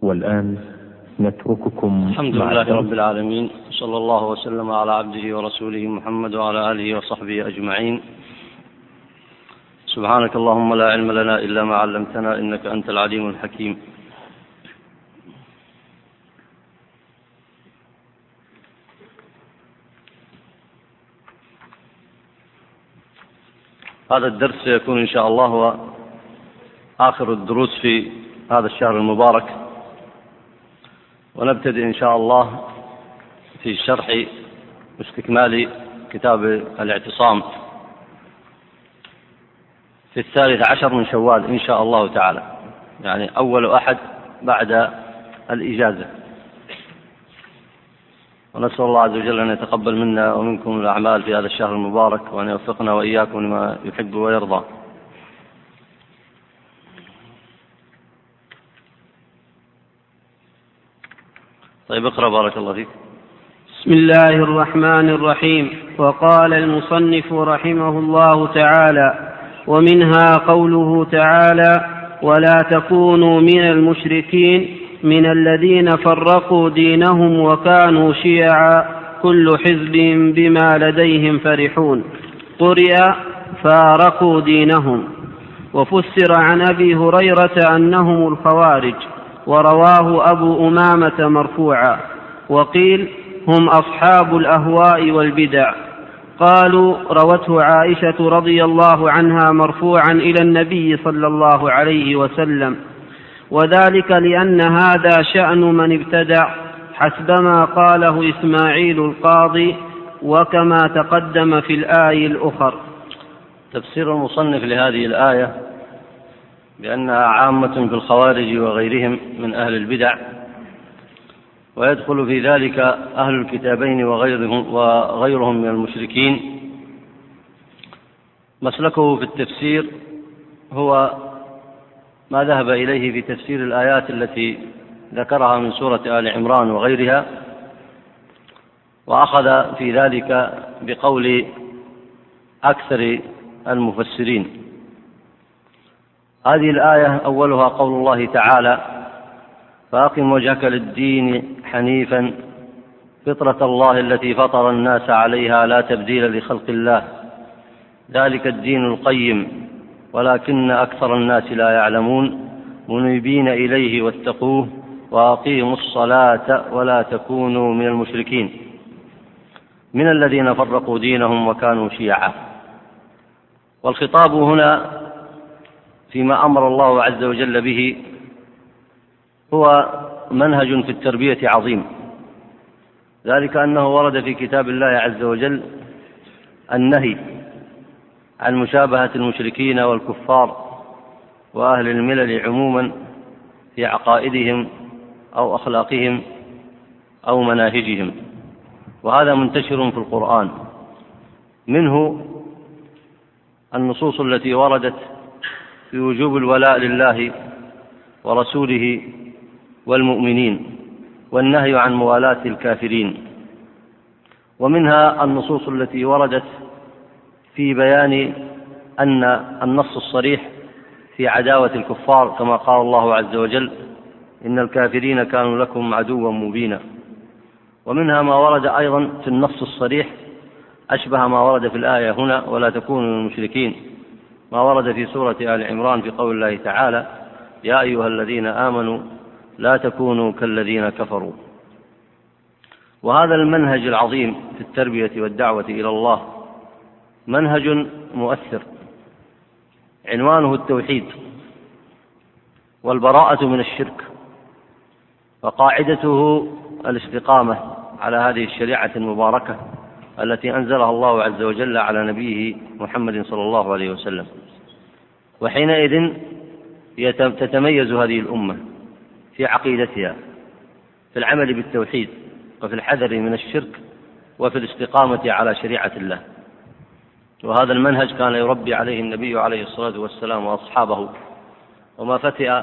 والآن نترككم الحمد لله رب العالمين، صلى الله وسلم على عبده ورسوله محمد وعلى آله وصحبه أجمعين. سبحانك اللهم لا علم لنا إلا ما علمتنا إنك أنت العليم الحكيم. هذا الدرس سيكون إن شاء الله هو آخر الدروس في هذا الشهر المبارك، ونبتدئ إن شاء الله في شرح واستكمال كتاب الاعتصام في 13 من شوال إن شاء الله تعالى، يعني أول أحد بعد الإجازة. ونسأل الله عز وجل أن يتقبل منا ومنكم الأعمال في هذا الشهر المبارك، وأن يوفقنا وإياكم لما يحب ويرضى. طيب اقرأ بارك الله فيك. بسم الله الرحمن الرحيم. وقال المصنف رحمه الله تعالى: ومنها قوله تعالى: ولا تكونوا من المشركين من الذين فرقوا دينهم وكانوا شيعا كل حزب بما لديهم فرحون. قرئ فارقوا دينهم. وفسر عن أبي هريرة أنهم الخوارج، ورواه أبو أمامة مرفوعا، وقيل هم أصحاب الأهواء والبدع. قالوا روته عائشة رضي الله عنها مرفوعا إلى النبي صلى الله عليه وسلم، وذلك لأن هذا شأن من ابتدع، حسبما قاله إسماعيل القاضي، وكما تقدم في الآية الأخر. تفسير المصنف لهذه الآية بأنها عامة في الخوارج وغيرهم من أهل البدع، ويدخل في ذلك أهل الكتابين وغيرهم من المشركين. مسلكه في التفسير هو ما ذهب إليه في تفسير الآيات التي ذكرها من سورة آل عمران وغيرها، وأخذ في ذلك بقول أكثر المفسرين. هذه الآية أولها قول الله تعالى: فأقم وجهك للدين حنيفا فطرة الله التي فطر الناس عليها لا تبديل لخلق الله ذلك الدين القيم ولكن أكثر الناس لا يعلمون منيبين إليه واتقوه وأقيموا الصلاة ولا تكونوا من المشركين من الذين فرقوا دينهم وكانوا شيعا. والخطاب هنا فيما أمر الله عز وجل به هو منهج في التربية عظيم، ذلك أنه ورد في كتاب الله عز وجل النهي عن مشابهة المشركين والكفار وأهل الملل عموما في عقائدهم أو أخلاقهم أو مناهجهم، وهذا منتشر في القرآن. منه النصوص التي وردت في وجوب الولاء لله ورسوله والمؤمنين والنهي عن موالاة الكافرين، ومنها النصوص التي وردت في بيان أن النص الصريح في عداوة الكفار، كما قال الله عز وجل: إن الكافرين كانوا لكم عدوا مبينا. ومنها ما ورد أيضا في النص الصريح أشبه ما ورد في الآية هنا: ولا تكونوا من المشركين، ما ورد في سورة آل عمران في قول الله تعالى: يا أيها الذين آمنوا لا تكونوا كالذين كفروا. وهذا المنهج العظيم في التربية والدعوة إلى الله منهج مؤثر، عنوانه التوحيد والبراءة من الشرك، وقاعدته الاستقامة على هذه الشريعة المباركة التي أنزلها الله عز وجل على نبيه محمد صلى الله عليه وسلم. وحينئذ تتميز هذه الأمة في عقيدتها، في العمل بالتوحيد، وفي الحذر من الشرك، وفي الاستقامة على شريعة الله. وهذا المنهج كان يربي عليه النبي عليه الصلاة والسلام وأصحابه، وما فتئ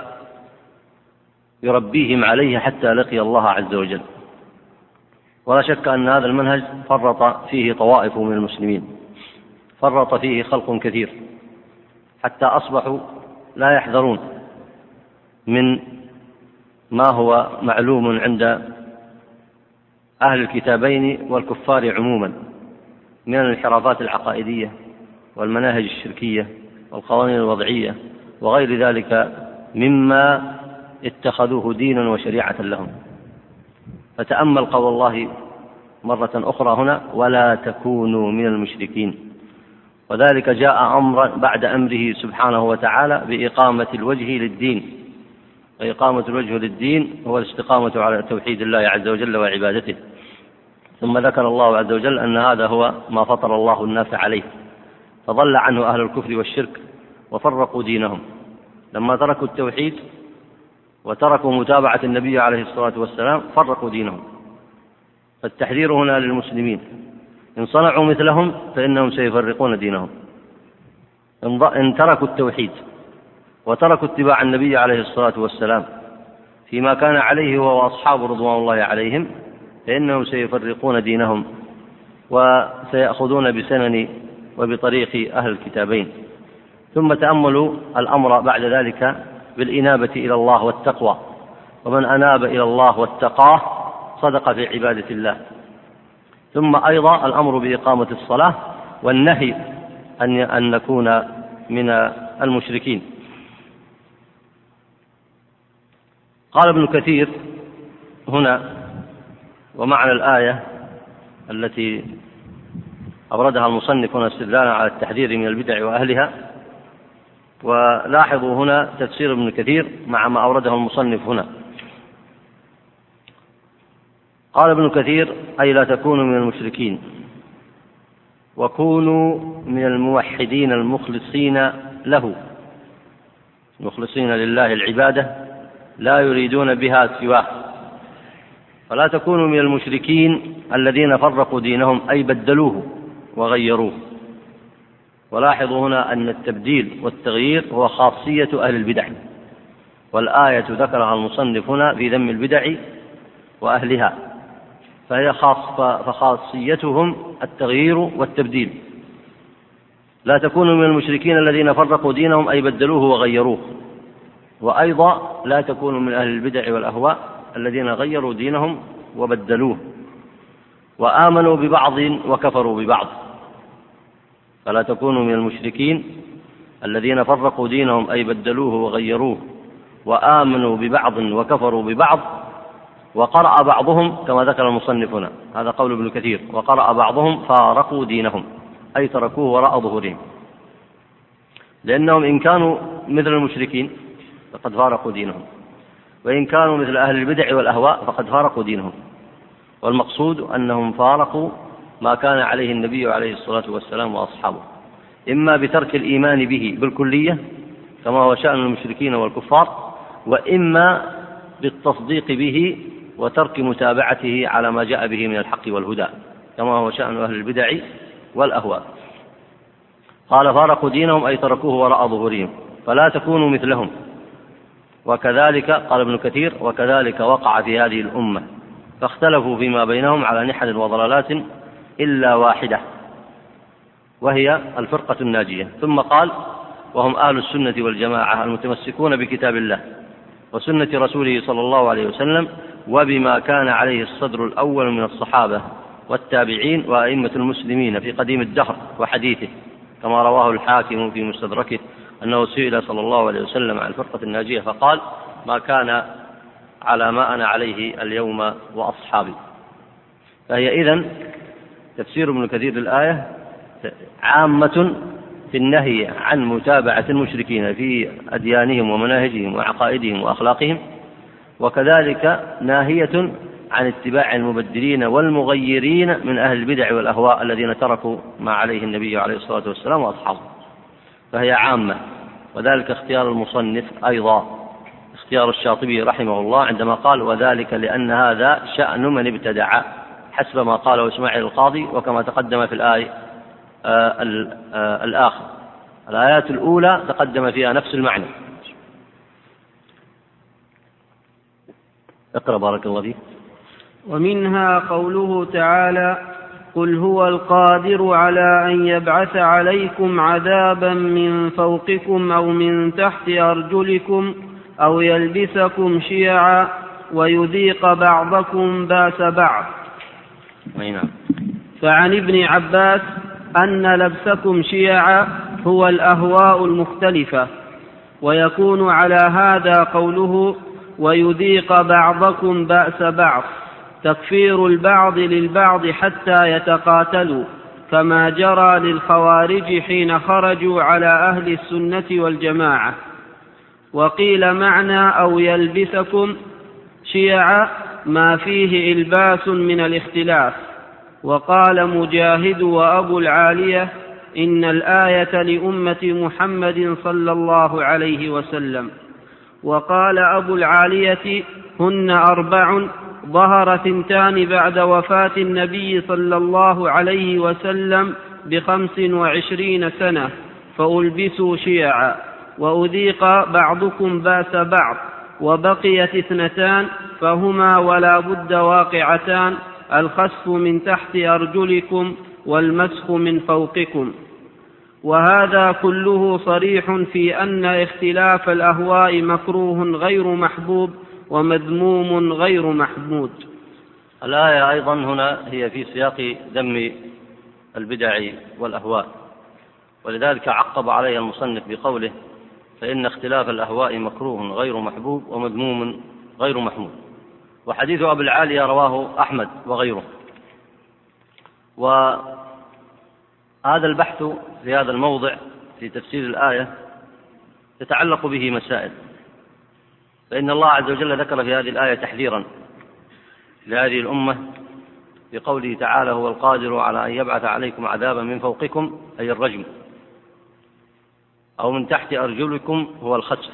يربيهم عليه حتى لقي الله عز وجل. ولا شك أن هذا المنهج فرط فيه طوائف من المسلمين، فرط فيه خلق كثير، حتى أصبحوا لا يحذرون من ما هو معلوم عند أهل الكتابين والكفار عموما من الانحرافات العقائدية والمناهج الشركية والقوانين الوضعية وغير ذلك مما اتخذوه دينا وشريعة لهم. فتأمل قول الله مرة أخرى هنا: ولا تكونوا من المشركين. وذلك جاء أمرا بعد أمره سبحانه وتعالى بإقامة الوجه للدين، وإقامة الوجه للدين هو الاستقامة على توحيد الله عز وجل وعبادته. ثم ذكر الله عز وجل أن هذا هو ما فطر الله الناس عليه، فضل عنه أهل الكفر والشرك وفرقوا دينهم لما تركوا التوحيد وتركوا متابعة النبي عليه الصلاة والسلام، فرقوا دينهم. فالتحذير هنا للمسلمين: إن صنعوا مثلهم فإنهم سيفرقون دينهم. إن تركوا التوحيد وتركوا اتباع النبي عليه الصلاة والسلام فيما كان عليه هو وأصحابه رضوان الله عليهم، فإنهم سيفرقون دينهم وسيأخذون بسنن وبطريق أهل الكتابين. ثم تأملوا الأمر بعد ذلك بالإنابة إلى الله والتقوى، ومن أناب إلى الله واتقاه صدق في عبادة الله. ثم أيضا الأمر بإقامة الصلاة والنهي أن نكون من المشركين. قال ابن كثير هنا: ومعنى الآية التي أوردها المصنف هنا استدلالا على التحذير من البدع وأهلها. ولاحظوا هنا تفسير ابن كثير مع ما أورده المصنف هنا. قال ابن كثير: أي لا تكونوا من المشركين، وكونوا من الموحدين المخلصين له، مخلصين لله العبادة لا يريدون بها سواه. فلا تكونوا من المشركين الذين فرقوا دينهم أي بدلوه وغيروه. ولاحظوا هنا أن التبديل والتغيير هو خاصية أهل البدع، والآية ذكرها المصنف هنا في ذم البدع وأهلها، فخاصيتهم التغيير والتبديل. لا تكونوا من المشركين الذين فرقوا دينهم أي بدلوه وغيروه. وأيضا لا تكونوا من أهل البدع والأهواء الذين غيروا دينهم وبدلوه وآمنوا ببعض وكفروا ببعض. فلا تكونوا من المشركين الذين فرقوا دينهم أي بدلوه وغيروه وآمنوا ببعض وكفروا ببعض. وقرأ بعضهم كما ذكر المصنف هنا، هذا قول ابن كثير: وقرأ بعضهم فارقوا دينهم أي تركوه وراء ظهورهم، لأنهم إن كانوا مثل المشركين فقد فارقوا دينهم، وإن كانوا مثل أهل البدع والأهواء فقد فارقوا دينهم. والمقصود أنهم فارقوا ما كان عليه النبي عليه الصلاة والسلام وأصحابه، إما بترك الإيمان به بالكلية كما هو شأن المشركين والكفار، وإما بالتصديق به وترك متابعته على ما جاء به من الحق والهدى كما هو شأن أهل البدع والأهواء. قال: فارقوا دينهم أي تركوه وراء ظهورهم، فلا تكونوا مثلهم. وكذلك قال ابن كثير: وكذلك وقع في هذه الأمة، فاختلفوا فيما بينهم على نحل وضلالات إلا واحدة وهي الفرقة الناجية. ثم قال: وهم أهل السنة والجماعة المتمسكون بكتاب الله وسنة رسوله صلى الله عليه وسلم وبما كان عليه الصدر الأول من الصحابة والتابعين وأئمة المسلمين في قديم الدهر وحديثه، كما رواه الحاكم في مستدركه أنه سئل صلى الله عليه وسلم عن الفرقة الناجية فقال: ما كان على ما أنا عليه اليوم وأصحابي. فهي إذن تفسير ابن كثير الآية عامة في النهي عن متابعة المشركين في أديانهم ومناهجهم وعقائدهم وأخلاقهم، وكذلك ناهية عن اتباع المبدلين والمغيرين من أهل البدع والأهواء الذين تركوا ما عليه النبي عليه الصلاة والسلام وأصحابه. فهي عامة. وذلك اختيار المصنف أيضا، اختيار الشاطبي رحمه الله عندما قال: وذلك لأن هذا شأن من ابتدع، حسب ما قاله إسماعيل القاضي وكما تقدم في الآية الآخر. الآيات الأولى تقدم فيها نفس المعنى. اقرأ بارك الله فيك. ومنها قوله تعالى: قل هو القادر على أن يبعث عليكم عذابا من فوقكم أو من تحت أرجلكم أو يلبسكم شيعا ويذيق بعضكم بأس بعض. فعن ابن عباس أن لبسكم شيعا هو الأهواء المختلفة، ويكون على هذا قوله ويذيق بعضكم بأس بعض تكفير البعض للبعض حتى يتقاتلوا، كما جرى للخوارج حين خرجوا على أهل السنة والجماعة. وقيل معنى أو يلبسكم شيعا ما فيه إلباس من الاختلاف. وقال مجاهد وأبو العالية إن الآية لأمة محمد صلى الله عليه وسلم. وقال أبو العالية هن 4 ظهر 2 بعد وفاة النبي صلى الله عليه وسلم ب25 سنة فألبسوا شيعا، وأذيق بعضكم بأس بعض، وبقيت 2 فهما ولا بد واقعتان: الخسف من تحت أرجلكم والمسخ من فوقكم. وهذا كله صريح في أن اختلاف الأهواء مكروه غير محبوب ومذموم غير محمود. الآية أيضا هنا هي في سياق ذم البدع والأهواء، ولذلك عقب عليها المصنف بقوله فإن اختلاف الأهواء مكروه غير محبوب ومذموم غير محمود. وحديث أبي العالية رواه أحمد وغيره. وهذا البحث في هذا الموضع في تفسير الآية يتعلق به مسائل، فإن الله عز وجل ذكر في هذه الآية تحذيرا لهذه الأمة بقوله تعالى هو القادر على أن يبعث عليكم عذابا من فوقكم أي الرجم، أو من تحت أرجلكم هو الخسف،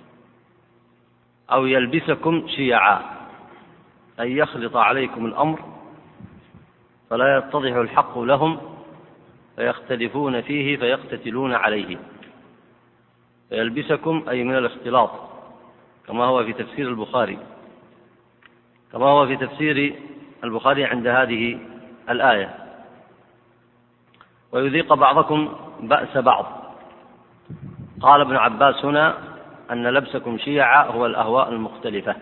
أو يلبسكم شيعا أي يخلط عليكم الأمر فلا يتضح الحق لهم فيختلفون فيه فيقتتلون عليه. فيلبسكم أي من الاختلاط، كما هو في تفسير البخاري عند هذه الآية. ويذيق بعضكم بأس بعض. قال ابن عباس هنا أن لبسكم شيعا هو الأهواء المختلفة.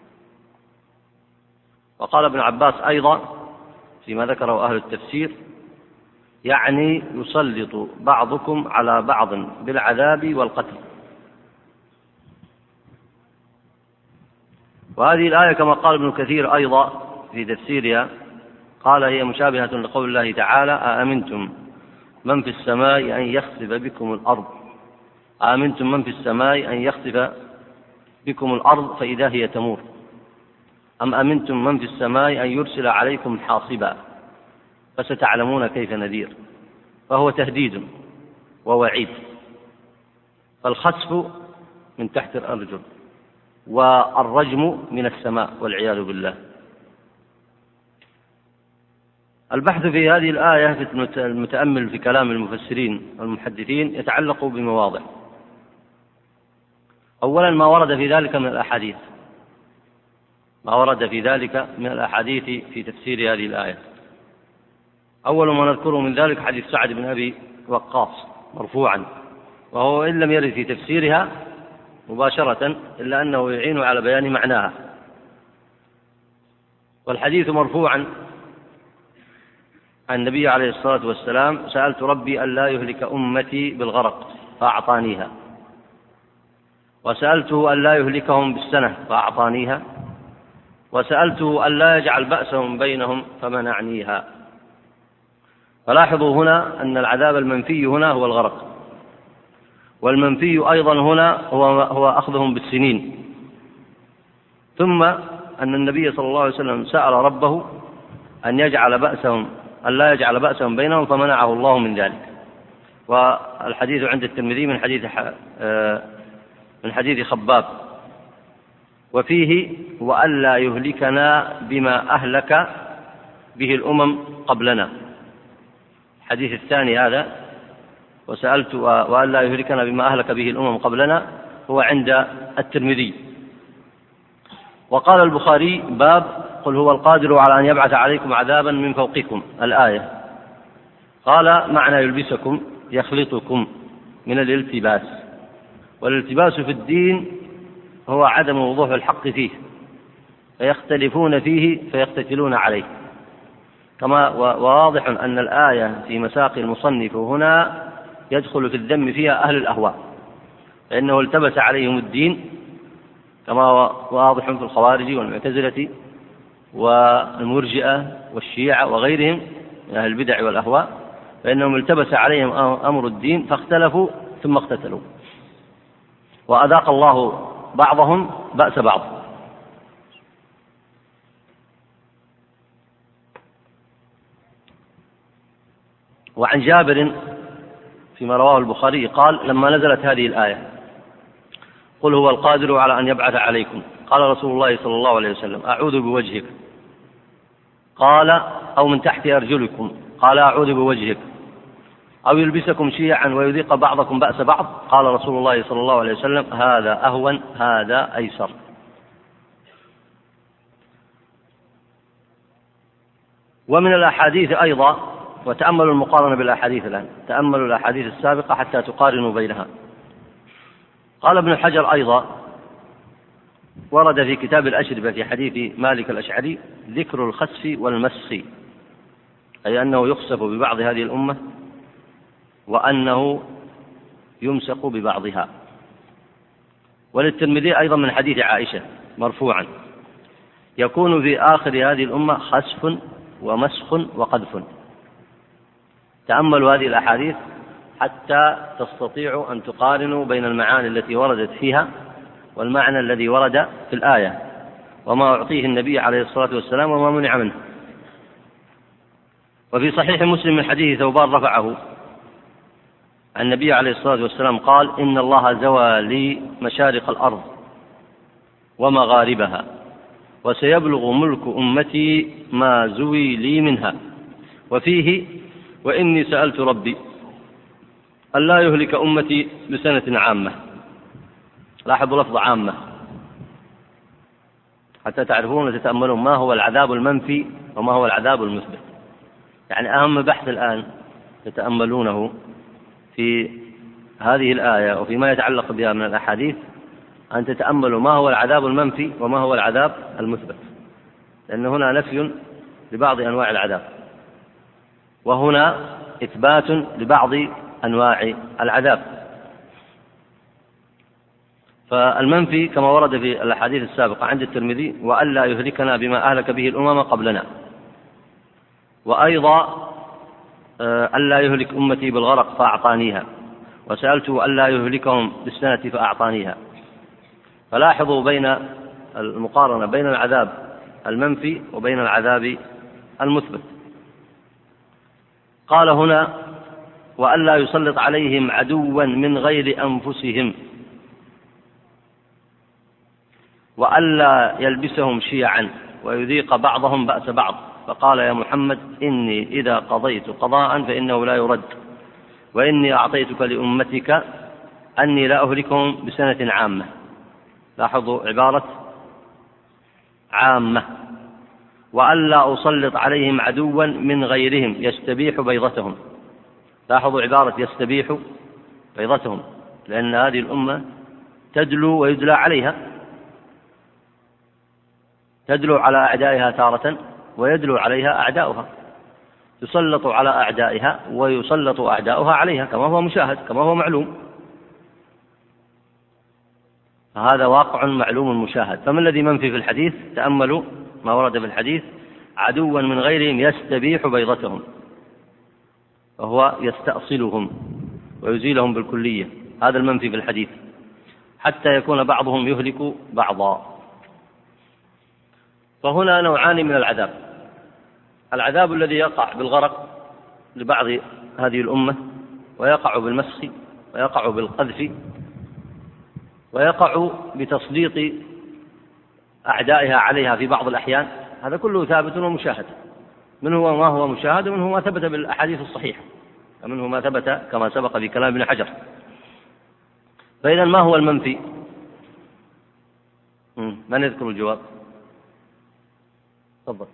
وقال ابن عباس أيضا فيما ذكره أهل التفسير يعني يسلط بعضكم على بعض بالعذاب والقتل. وهذه الآية كما قال ابن كثير أيضا في تفسيرها قال هي مشابهة لقول الله تعالى أأمنتم من في السماء أن يخسف بكم الأرض، أأمنتم من في السماء أن يخسف بكم الأرض فإذا هي تمور، أم أمنتم من في السماء أن يرسل عليكم حاصبا فستعلمون كيف نذير. فهو تهديد ووعيد. فالخسف من تحت الأرجل والرجم من السماء والعياذ بالله. البحث في هذه الآية في المتأمل في كلام المفسرين والمحدثين يتعلق بمواضع. أولا ما ورد في ذلك من الأحاديث في تفسير هذه الآية. أول ما نذكره من ذلك حديث سعد بن أبي وقاص مرفوعا، وهو إن لم يرد في تفسيرها مباشرة إلا أنه يعين على بيان معناها. والحديث مرفوعا عن النبي عليه الصلاة والسلام سألت ربي ألا يهلك أمتي بالغرق فأعطانيها، وسألته ألا يهلكهم بالسنة فأعطانيها، وسألته ألا يجعل بأسهم بينهم فمنعنيها. فلاحظوا هنا أن العذاب المنفي هنا هو الغرق، والمنفي أيضا هنا هو أخذهم بالسنين. ثم أن النبي صلى الله عليه وسلم سأل ربه أن لا يجعل بأسهم بينهم فمنعه الله من ذلك. والحديث عند الترمذي من حديث خباب، وفيه وألا يهلكنا بما أهلك به الأمم قبلنا. الحديث الثاني هذا وسألت وألا يهلكنا بما أهلك به الأمم قبلنا هو عند الترمذي. وقال البخاري باب قل هو القادر على أن يبعث عليكم عذابا من فوقكم الآية. قال معنى يلبسكم يخلطكم من الالتباس، والالتباس في الدين هو عدم وضوح الحق فيه فيختلفون فيه فيقتتلون عليه. كما وواضح أن الآية في مساق المصنف هنا يدخل في الذم فيها أهل الأهواء، فإنه التبس عليهم الدين كما واضح في الخوارج والمعتزلة والمرجئة والشيعة وغيرهم من أهل البدع والأهواء، فإنهم التبس عليهم أمر الدين فاختلفوا ثم اقتتلوا، وأذاق الله بعضهم بأس بعض. وعن جابر فيما رواه البخاري قال: لما نزلت هذه الآية: قل هو القادر على أن يبعث عليكم، قال رسول الله صلى الله عليه وسلم: أعوذ بوجهك. قال: أو من تحت أرجلكم، قال: أعوذ بوجهك. أو يلبسكم شيعا ويذيق بعضكم بأس بعض، قال رسول الله صلى الله عليه وسلم: هذا أهون، هذا أيسر. ومن الأحاديث أيضا، وتأملوا المقارنة بالأحاديث الآن، تأملوا الأحاديث السابقة حتى تقارنوا بينها. قال ابن حجر أيضا: ورد في كتاب الأشربة في حديث مالك الأشعري ذكر الخسف والمسخ، أي أنه يخسف ببعض هذه الأمة وأنه يمسق ببعضها. وللترمذي أيضا من حديث عائشة مرفوعا: يكون في آخر هذه الأمة خسف ومسخ وقذف. تأملوا هذه الأحاديث حتى تستطيعوا أن تقارنوا بين المعاني التي وردت فيها والمعنى الذي ورد في الآية، وما أعطيه النبي عليه الصلاة والسلام وما منع منه. وفي صحيح مسلم من حديث ثوبان رفعه النبي عليه الصلاة والسلام قال: إن الله زوى لي مشارق الأرض ومغاربها، وسيبلغ ملك أمتي ما زوي لي منها. وفيه: وإني سألت ربي ألا يهلك أمتي بسنة عامة. لاحظوا لفظ عامة حتى تعرفون وتتأملون ما هو العذاب المنفي وما هو العذاب المثبت. يعني أهم بحث الآن تتأملونه في هذه الآية وفيما يتعلق بها من الأحاديث أن تتأملوا ما هو العذاب المنفي وما هو العذاب المثبت، لأن هنا نفي لبعض أنواع العذاب، وهنا إثبات لبعض أنواع العذاب. فالمنفي كما ورد في الأحاديث السابقة عند الترمذي: وألا يهلكنا بما أهلك به الأمم قبلنا. وأيضا: ألا يهلك أمتي بالغرق فأعطانيها، وسألته ألا يهلكهم بالسنة فأعطانيها. فلاحظوا بين المقارنة بين العذاب المنفي وبين العذاب المثبت. قال هنا: وألا يسلط عليهم عدوا من غير أنفسهم، وألا يلبسهم شيعا ويذيق بعضهم بأس بعض. فقال: يا محمد إني إذا قضيت قضاء فإنه لا يرد، وإني أعطيتك لأمتك أني لا أهلكهم بسنة عامة. لاحظوا عبارة عامة. وألا أسلط عليهم عدوا من غيرهم يستبيح بيضتهم. لاحظوا عبارة يستبيح بيضتهم، لأن هذه الأمة تدلو ويدلى عليها، تدلو على أعدائها تارة ويدلو عليها أعداؤها، يسلط على أعدائها ويسلط أعداؤها عليها كما هو مشاهد كما هو معلوم. هذا واقع معلوم مشاهد. فما الذي منفي في الحديث؟ تأملوا ما ورد في الحديث: عدوا من غيرهم يستبيح بيضتهم، وهو يستأصلهم ويزيلهم بالكلية. هذا المنفي في الحديث، حتى يكون بعضهم يهلك بعضا. فهنا نوعان من العذاب: العذاب الذي يقع بالغرق لبعض هذه الأمة، ويقع بالمسخ، ويقع بالقذف، ويقع بتسليط أعدائها عليها في بعض الأحيان. هذا كله ثابت ومشاهد، منه ما هو مشاهد ومنه ما ثبت بالأحاديث الصحيحة، ومنه ما ثبت كما سبق في كلام ابن حجر. فإذا ما هو المنفي؟ من يذكر الجواب؟ تفضل.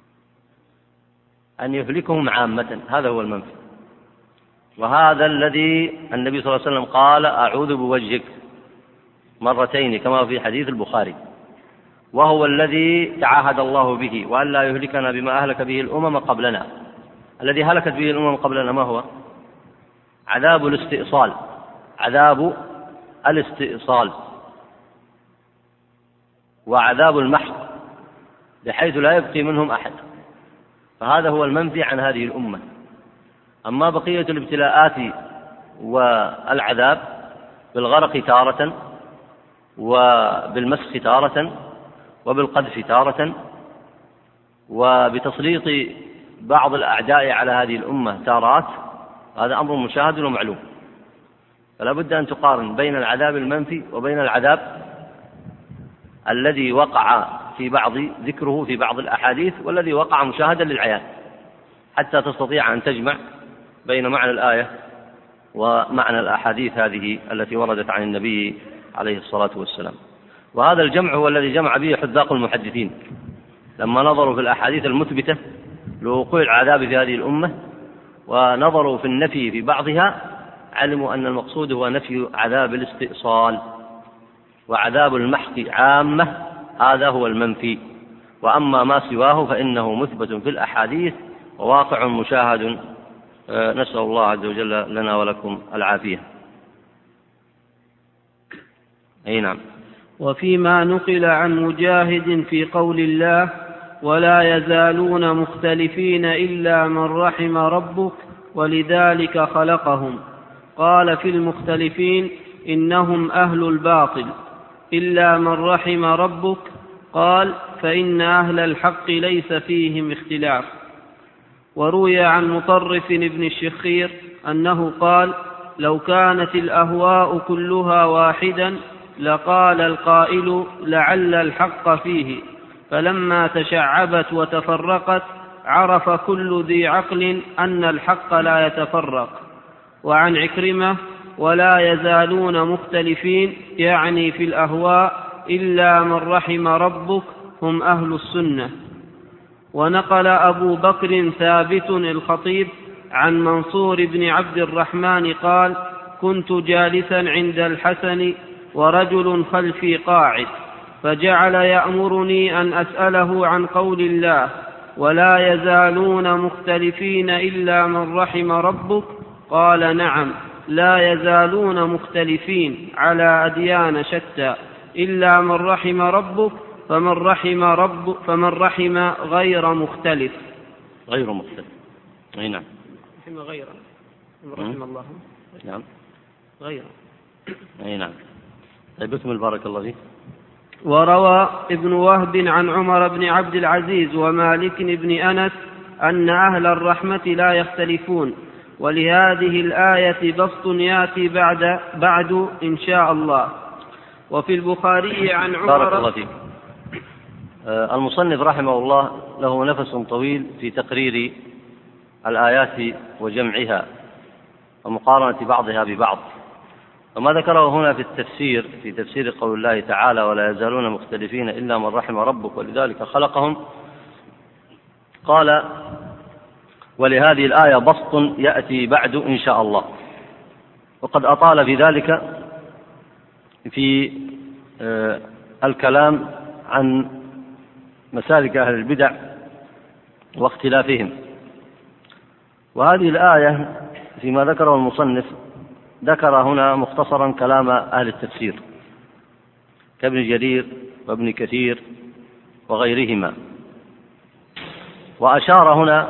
أن يهلكهم عامة، هذا هو المنفي، وهذا الذي النبي صلى الله عليه وسلم قال: أعوذ بوجهك مرتين كما في حديث البخاري. وهو الذي تعاهد الله به وأن لا يهلكنا بما أهلك به الأمم قبلنا. الذي هلكت به الأمم قبلنا ما هو؟ عذاب الاستئصال، عذاب الاستئصال وعذاب المحق بحيث لا يبقي منهم أحد، فهذا هو المنفي عن هذه الأمة. أما بقية الابتلاءات والعذاب بالغرق تارة وبالمسخ تارة وبالقذف تارة وبتسليط بعض الأعداء على هذه الأمة تارات، هذا أمر مشاهد ومعلوم، فلا بد أن تقارن بين العذاب المنفي وبين العذاب الذي وقع في بعض ذكره في بعض الأحاديث والذي وقع مشاهدا للعيان، حتى تستطيع أن تجمع بين معنى الآية ومعنى الأحاديث هذه التي وردت عن النبي عليه الصلاة والسلام. وهذا الجمع هو الذي جمع به حذاق المحدثين لما نظروا في الأحاديث المثبتة لوقوع العذاب في هذه الأمة ونظروا في النفي في بعضها، علموا أن المقصود هو نفي عذاب الاستئصال، وعذاب المحق عامة هذا هو المنفي، وأما ما سواه فإنه مثبت في الأحاديث وواقع مشاهد. نسأل الله عز وجل لنا ولكم العافية. أي نعم. وفيما نقل عن مجاهد في قول الله ولا يزالون مختلفين إلا من رحم ربك ولذلك خلقهم، قال في المختلفين إنهم أهل الباطل إلا من رحم ربك، قال فإن أهل الحق ليس فيهم اختلاف. وروي عن مطرف بن الشخير أنه قال لو كانت الأهواء كلها واحدا لقال القائل لعل الحق فيه، فلما تشعبت وتفرقت عرف كل ذي عقل أن الحق لا يتفرق. وعن عكرمة ولا يزالون مختلفين يعني في الأهواء إلا من رحم ربك هم أهل السنة. ونقل أبو بكر ثابت الخطيب عن منصور بن عبد الرحمن قال كنت جالسا عند الحسن ورجل خلفي قاعد، فجعل يأمرني أن أسأله عن قول الله ولا يزالون مختلفين إلا من رحم ربك، قال نعم لا يزالون مختلفين على أديان شتى إلا من رحم ربك، فمن رحم غير مختلف. غير مختلف. أي نعم. رحم غير رحم الله. نعم. غير. أي نعم. طيب اكمل بارك الله فيك. وروى ابن وهب عن عمر بن عبد العزيز ومالك بن أنس أن أهل الرحمة لا يختلفون، ولهذه الآية بسط يأتي بعد إن شاء الله. وفي البخاري عن عمر بارك الله فيك. المصنف رحمه الله له نفس طويل في تقرير الآيات وجمعها ومقارنة بعضها ببعض، وما ذكره هنا في التفسير في تفسير قول الله تعالى ولا يزالون مختلفين إلا من رحم ربك ولذلك خلقهم، قال ولهذه الآية بسط يأتي بعد إن شاء الله. وقد أطال في ذلك في الكلام عن مسالك أهل البدع واختلافهم. وهذه الآية فيما ذكره المصنف ذكر هنا مختصرا كلام أهل التفسير كابن جرير وابن كثير وغيرهما، وأشار هنا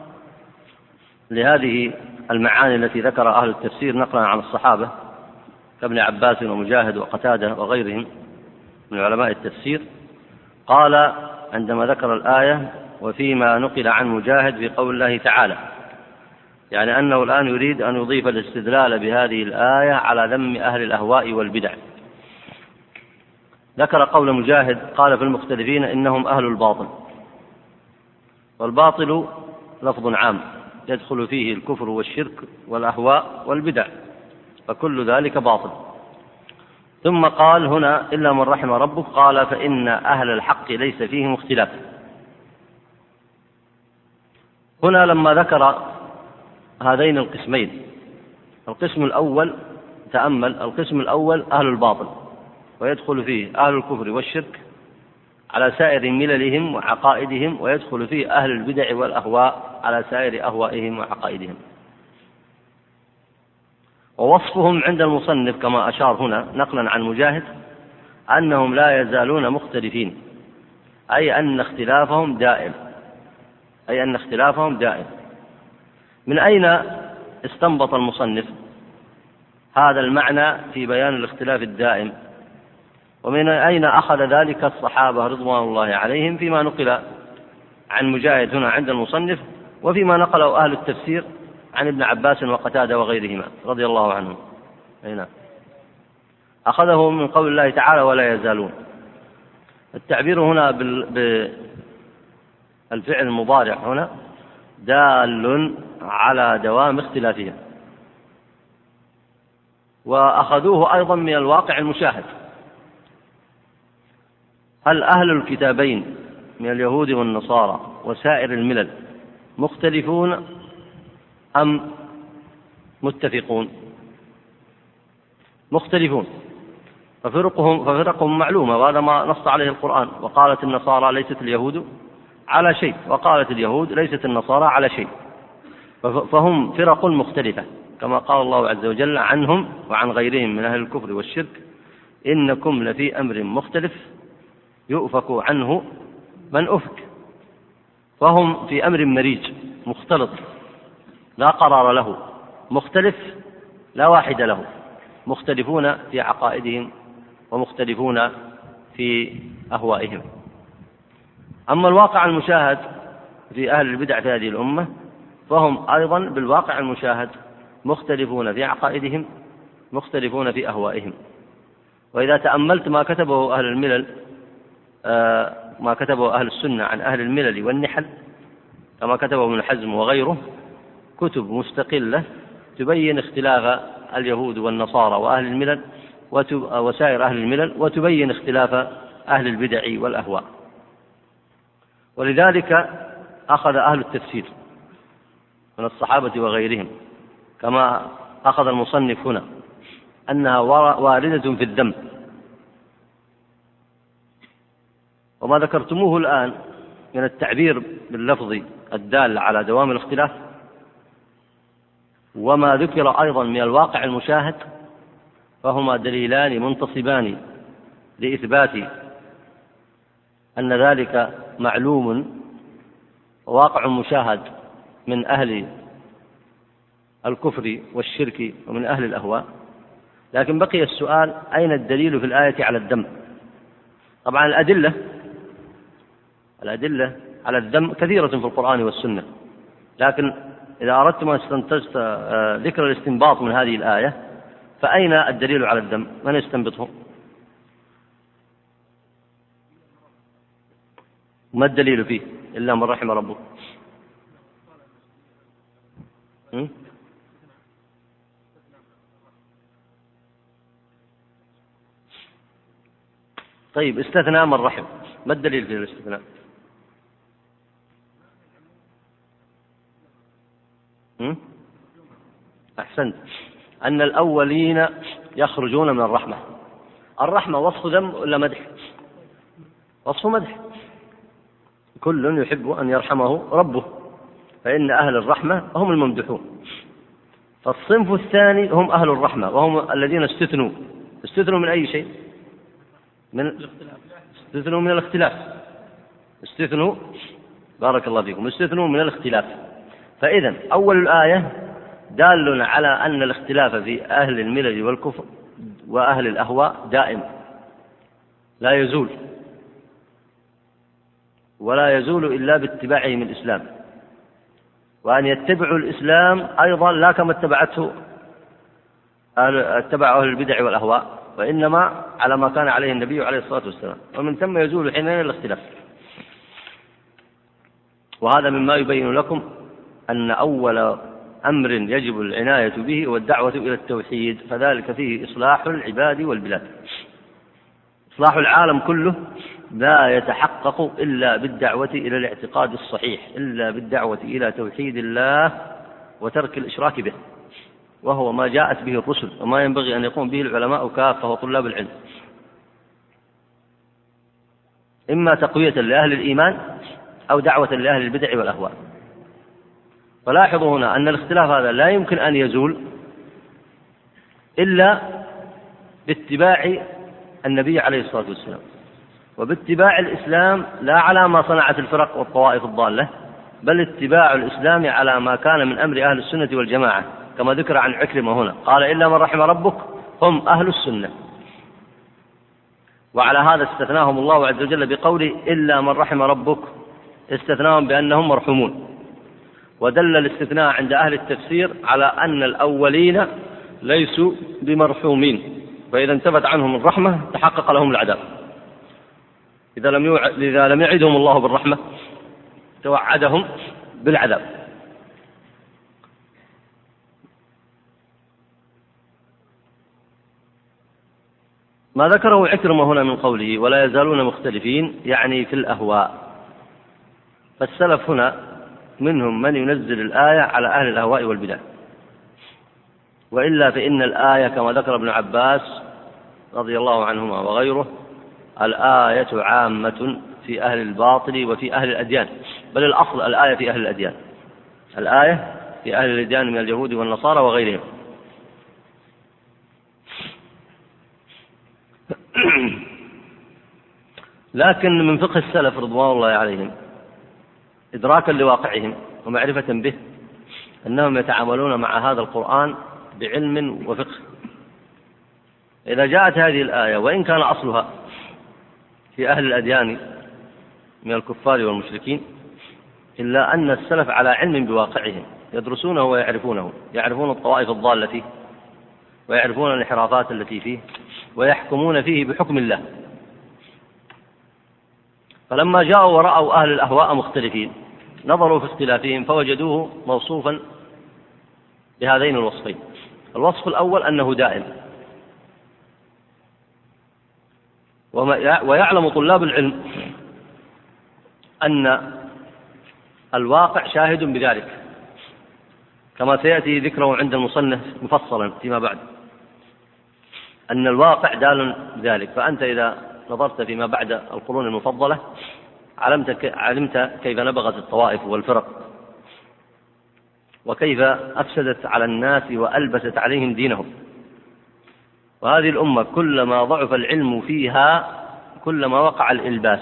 لهذه المعاني التي ذكر أهل التفسير نقلا عن الصحابة كابن عباس ومجاهد وقتادة وغيرهم من علماء التفسير. قال عندما ذكر الآية وفيما نقل عن مجاهد في قول الله تعالى، يعني أنه الآن يريد أن يضيف الاستدلال بهذه الآية على ذم أهل الأهواء والبدع. ذكر قول مجاهد قال في المختلفين إنهم أهل الباطل، والباطل لفظ عام يدخل فيه الكفر والشرك والأهواء والبدع، فكل ذلك باطل. ثم قال هنا إلا من رحم ربك، قال فإن أهل الحق ليس فيهم اختلاف. هنا لما ذكر هذين القسمين، القسم الأول تأمل، القسم الأول أهل الباطل ويدخل فيه أهل الكفر والشرك على سائر مللهم وعقائدهم، ويدخل فيه أهل البدع والأهواء على سائر أهوائهم وعقائدهم. ووصفهم عند المصنف كما أشار هنا نقلا عن مجاهد أنهم لا يزالون مختلفين، أي أن اختلافهم دائم. من أين استنبط المصنف هذا المعنى في بيان الاختلاف الدائم؟ ومن أين أخذ ذلك الصحابة رضوان الله عليهم فيما نقل عن مجاهد هنا عند المصنف، وفيما نقله أهل التفسير عن ابن عباس وقتادة وغيرهما رضي الله عنهم؟ هنا أخذه من قول الله تعالى ولا يزالون. التعبير هنا بالفعل المضارع هنا دال على دوام اختلافهم، وأخذوه أيضا من الواقع المشاهد. هل أهل الكتابين من اليهود والنصارى وسائر الملل مختلفون أم متفقون؟ مختلفون، ففرقهم معلومة، وهذا ما نص عليه القرآن. وقالت النصارى ليست اليهود على شيء، وقالت اليهود ليست النصارى على شيء، فهم فرق مختلفة، كما قال الله عز وجل عنهم وعن غيرهم من أهل الكفر والشرك إنكم لفي أمر مختلف يؤفك عنه من أفك. فهم في أمر مريج مختلط لا قرار له، مختلف لا واحد له، مختلفون في عقائدهم ومختلفون في أهوائهم. أما الواقع المشاهد في أهل البدع في هذه الأمة فهم أيضا بالواقع المشاهد مختلفون في عقائدهم، مختلفون في أهوائهم. وإذا تأملت ما كتبه أهل الملل، ما كتبه أهل السنة عن أهل الملل والنحل، كما كتبه ابن حزم وغيره، كتب مستقلة تبين اختلاف اليهود والنصارى وأهل الملل وسائر أهل الملل، وتبين اختلاف أهل البدع والأهواء. ولذلك أخذ أهل التفسير من الصحابة وغيرهم كما أخذ المصنف هنا أنها واردة في الذم. وما ذكرتموه الآن من التعبير باللفظ الدال على دوام الاختلاف، وما ذكر أيضا من الواقع المشاهد، فهما دليلان منتصبان لإثبات أن ذلك معلوم وواقع مشاهد من أهل الكفر والشرك ومن أهل الأهواء. لكن بقي السؤال: أين الدليل في الآية على الذم؟ طبعا الأدلة على الذم كثيرة في القرآن والسنة، لكن إذا أردتم أن استنتجت ذكر الاستنباط من هذه الآية، فأين الدليل على الذم؟ من يستنبطه؟ ما الدليل فيه إلا من رحم ربك؟ طيب، استثناء من رحم، ما الدليل في الاستثناء؟ أحسنت، أن الأولين يخرجون من الرحمة. الرحمة وصف ذم ولا مدح؟ وصف مدح. كل يحب أن يرحمه ربه، فإن أهل الرحمة هم الممدحون. فالصنف الثاني هم أهل الرحمة، وهم الذين استثنوا من أي شيء؟ استثنوا من الاختلاف. استثنوا، بارك الله فيكم، استثنوا من الاختلاف. فإذن أول الآية دال على أن الاختلاف في أهل الملل والكفر وأهل الأهواء دائم لا يزول، ولا يزول إلا باتباعهم الإسلام، وأن يتبعوا الإسلام أيضا لا كما اتبع أهل البدع والأهواء، وإنما على ما كان عليه النبي عليه الصلاة والسلام، ومن ثم يزول حينئذ الاختلاف. وهذا مما يبين لكم أن أول أمر يجب العناية به هو الدعوة إلى التوحيد، فذلك فيه إصلاح العباد والبلاد. إصلاح العالم كله لا يتحقق إلا بالدعوة إلى الاعتقاد الصحيح، إلا بالدعوة إلى توحيد الله وترك الإشراك به، وهو ما جاءت به الرسل، وما ينبغي أن يقوم به العلماء كافة وطلاب العلم. إما تقوية لأهل الإيمان أو دعوة لأهل البدع والأهواء. فلاحظوا هنا أن الاختلاف هذا لا يمكن أن يزول إلا باتباع النبي عليه الصلاة والسلام، وباتباع الإسلام لا على ما صنعت الفرق والطوائف الضالة، بل اتباع الإسلام على ما كان من أمر أهل السنة والجماعة، كما ذكر عن عكرمة هنا قال إلا من رحم ربك هم أهل السنة. وعلى هذا استثناهم الله عز وجل بقوله إلا من رحم ربك، استثناهم بأنهم مرحومون. ودل الاستثناء عند أهل التفسير على أن الأولين ليسوا بمرحومين، فإذا انتفت عنهم الرحمة تحقق لهم العذاب. إذا لم يعدهم الله بالرحمة توعدهم بالعذاب. ما ذكره عكرمة هنا من قوله ولا يزالون مختلفين يعني في الأهواء، فالسلف هنا منهم من ينزل الآية على أهل الأهواء والبدع، وإلا فإن الآية كما ذكر ابن عباس رضي الله عنهما وغيره الآية عامة في أهل الباطل وفي أهل الأديان، بل الأصل الآية في أهل الأديان، الآية في أهل الأديان من اليهود والنصارى وغيرهم. لكن من فقه السلف رضوان الله عليهم إدراكا لواقعهم ومعرفة به أنهم يتعاملون مع هذا القرآن بعلم وفقه. إذا جاءت هذه الآية وإن كان أصلها في أهل الأديان من الكفار والمشركين، إلا أن السلف على علم بواقعهم يدرسونه ويعرفونه، يعرفون الطوائف الضالة فيه ويعرفون الانحرافات التي فيه ويحكمون فيه بحكم الله. فلما جاءوا ورأوا أهل الأهواء مختلفين نظروا في اختلافهم فوجدوه موصوفا بهذين الوصفين. الوصف الأول أنه دائم، ويعلم طلاب العلم أن الواقع شاهد بذلك، كما سيأتي ذكره عند المصنف مفصلا فيما بعد، أن الواقع دال بذلك. فأنت إذا نظرت فيما بعد القرون المفضلة علمت كيف نبغت الطوائف والفرق، وكيف أفسدت على الناس وألبست عليهم دينهم. وهذه الأمة كلما ضعف العلم فيها كلما وقع الإلباس،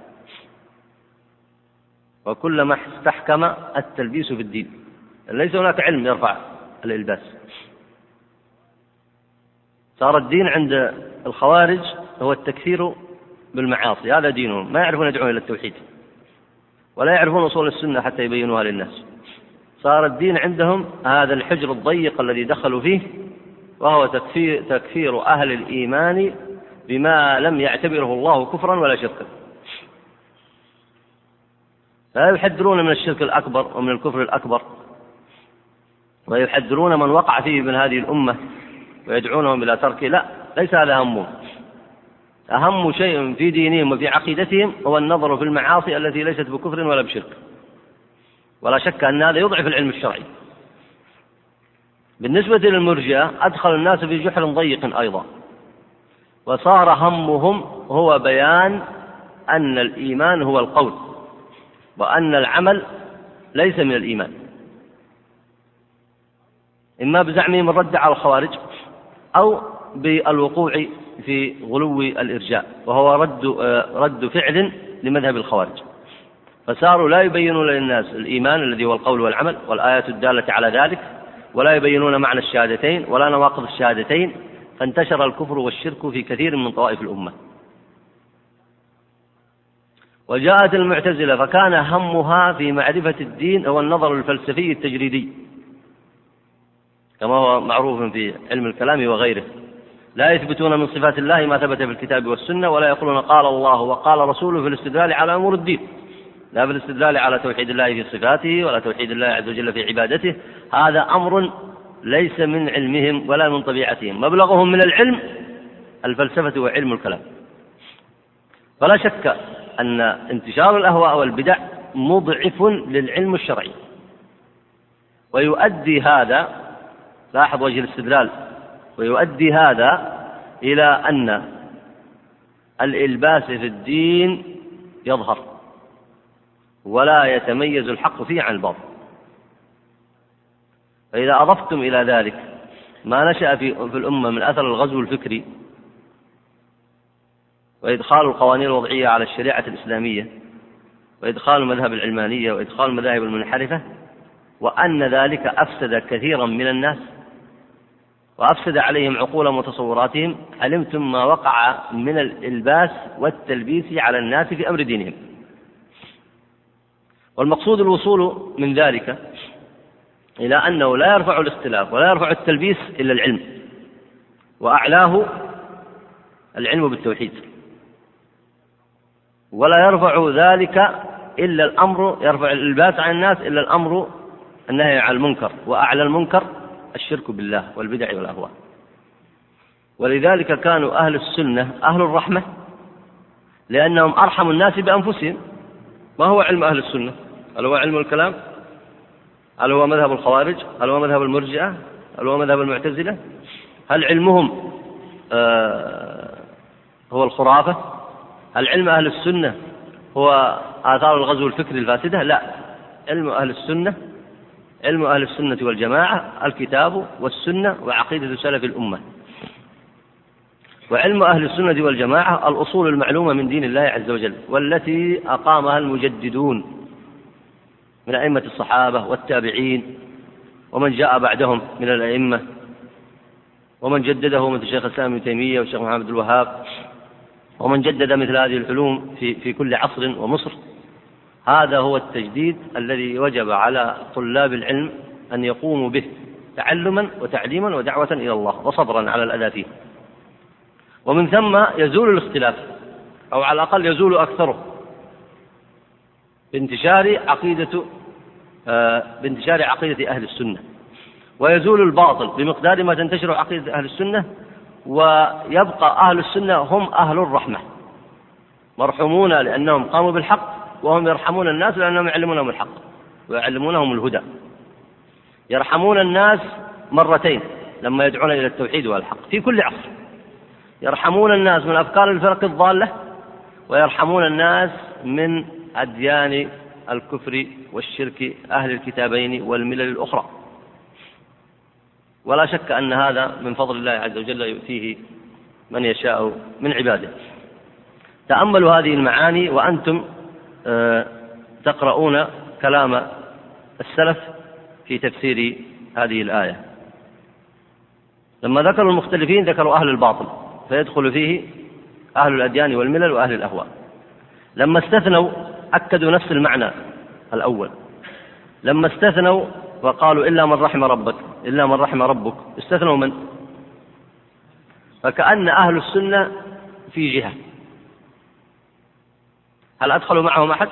وكلما استحكم التلبيس في الدين. ليس هناك علم يرفع الإلباس. صار الدين عند الخوارج هو التكفير بالمعاصي، هذا دينهم، ما يعرفون يدعون إلى التوحيد ولا يعرفون أصول السنة حتى يبينوها للناس. صار الدين عندهم هذا الحجر الضيق الذي دخلوا فيه، وهو تكفير أهل الإيمان بما لم يعتبره الله كفرا ولا شركا. لا يحذرون من الشرك الأكبر ومن الكفر الأكبر، ويحذرون من وقع فيه من هذه الأمة ويدعونهم إلى تركه. لا، ليس هذا همهم. أهم شيء في دينهم وفي عقيدتهم هو النظر في المعاصي التي ليست بكفر ولا بشرك، ولا شك أن هذا يضعف العلم الشرعي. بالنسبة للمرجئة أدخل الناس في جحر ضيق أيضا، وصار همهم هو بيان أن الإيمان هو القول وأن العمل ليس من الإيمان، إما بزعمهم الرد على الخوارج أو بالوقوع في غلو الإرجاء، وهو رد فعل لمذهب الخوارج. فصاروا لا يبينون للناس الإيمان الذي هو القول والعمل والآيات الدالة على ذلك، ولا يبينون معنى الشهادتين ولا نواقض الشهادتين، فانتشر الكفر والشرك في كثير من طوائف الأمة. وجاءت المعتزلة فكان همها في معرفة الدين هو النظر الفلسفي التجريدي، كما هو معروف في علم الكلام وغيره. لا يثبتون من صفات الله ما ثبت في الكتاب والسنة، ولا يقولون قال الله وقال رسوله في الاستدلال على أمور الدين، لا في الاستدلال على توحيد الله في صفاته ولا توحيد الله عز وجل في عبادته. هذا أمر ليس من علمهم ولا من طبيعتهم، مبلغهم من العلم الفلسفة وعلم الكلام. فلا شك أن انتشار الأهواء والبدع مضعف للعلم الشرعي، ويؤدي هذا، لاحظ وجه الاستدلال، ويؤدي هذا إلى أن الإلباس في الدين يظهر ولا يتميز الحق فيه عن الباطل. فإذا أضفتم إلى ذلك ما نشأ في الأمة من أثر الغزو الفكري وإدخال القوانين الوضعية على الشريعة الإسلامية وإدخال المذهب العلمانية وإدخال المذاهب المنحرفة، وأن ذلك أفسد كثيرا من الناس وأفسد عليهم عقولهم وتصوراتهم، علمتم ما وقع من الإلباس والتلبيس على الناس في أمر دينهم. والمقصود الوصول من ذلك إلى أنه لا يرفع الاختلاف ولا يرفع التلبيس إلا العلم، وأعلاه العلم بالتوحيد، ولا يرفع ذلك إلا الأمر، يرفع الإلباس عن الناس إلا الأمر النهي عن المنكر، وأعلى المنكر الشرك بالله والبدع والأهواء. ولذلك كانوا أهل السنة أهل الرحمة، لأنهم أرحم الناس بأنفسهم. ما هو علم أهل السنة؟ هل هو علم الكلام؟ هل هو مذهب الخوارج؟ هل هو مذهب المرجئة؟ هل هو مذهب المعتزلة؟ هل علمهم هو الخرافة؟ هل علم أهل السنة هو آثار الغزو الفكري الفاسدة؟ لا، علم أهل السنة والجماعة الكتاب والسنة وعقيدة سلف الأمة. وعلم أهل السنة والجماعة الأصول المعلومة من دين الله عز وجل، والتي أقامها المجددون من أئمة الصحابة والتابعين ومن جاء بعدهم من الأئمة، ومن جدده مثل الشيخ الإسلام ابن تيمية والشيخ محمد بن الوهاب، ومن جدد مثل هذه العلوم في كل عصر ومصر. هذا هو التجديد الذي وجب على طلاب العلم أن يقوموا به تعلما وتعليما ودعوة إلى الله وصبرا على الأذى فيه. ومن ثم يزول الاختلاف، أو على الأقل يزول أكثره، بانتشار عقيدة أهل السنة، ويزول الباطل بمقدار ما تنتشر عقيدة أهل السنة، ويبقى أهل السنة هم أهل الرحمة، مرحومون لأنهم قاموا بالحق، وهم يرحمون الناس لأنهم يعلمونهم الحق ويعلمونهم الهدى. يرحمون الناس مرتين لما يدعون إلى التوحيد والحق في كل عصر، يرحمون الناس من أفكار الفرق الضالة، ويرحمون الناس من أديان الكفر والشرك أهل الكتابين والملل الأخرى. ولا شك أن هذا من فضل الله عز وجل يؤتيه من يشاء من عباده. تأملوا هذه المعاني وأنتم تقرؤون كلام السلف في تفسير هذه الآية. لما ذكروا المختلفين ذكروا أهل الباطل، فيدخل فيه أهل الأديان والملل وأهل الأهواء. لما استثنوا أكدوا نفس المعنى الأول. لما استثنوا وقالوا إلا من رحم ربك استثنوا من؟ فكأن أهل السنة في جهة. هل أدخلوا معهم أحد؟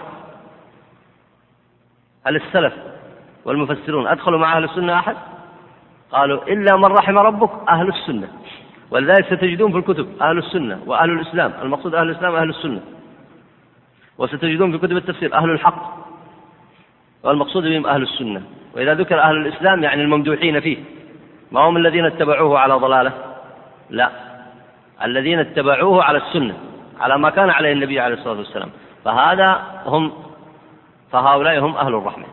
هل السلف والمفسرون أدخلوا مع أهل السنة أحد؟ قالوا إلا من رحم ربك أهل السنة. ولذلك ستجدون في الكتب أهل السنة وأهل الإسلام، المقصود أهل الإسلام أهل السنة. وستجدون في كتب التفسير أهل الحق، والمقصود بهم أهل السنة. وإذا ذكر أهل الإسلام يعني الممدوحين فيه، ما هم الذين اتبعوه على ضلالة، لا، الذين اتبعوه على السنة على ما كان عليه النبي عليه الصلاة والسلام. فهؤلاء هم أهل الرحمة.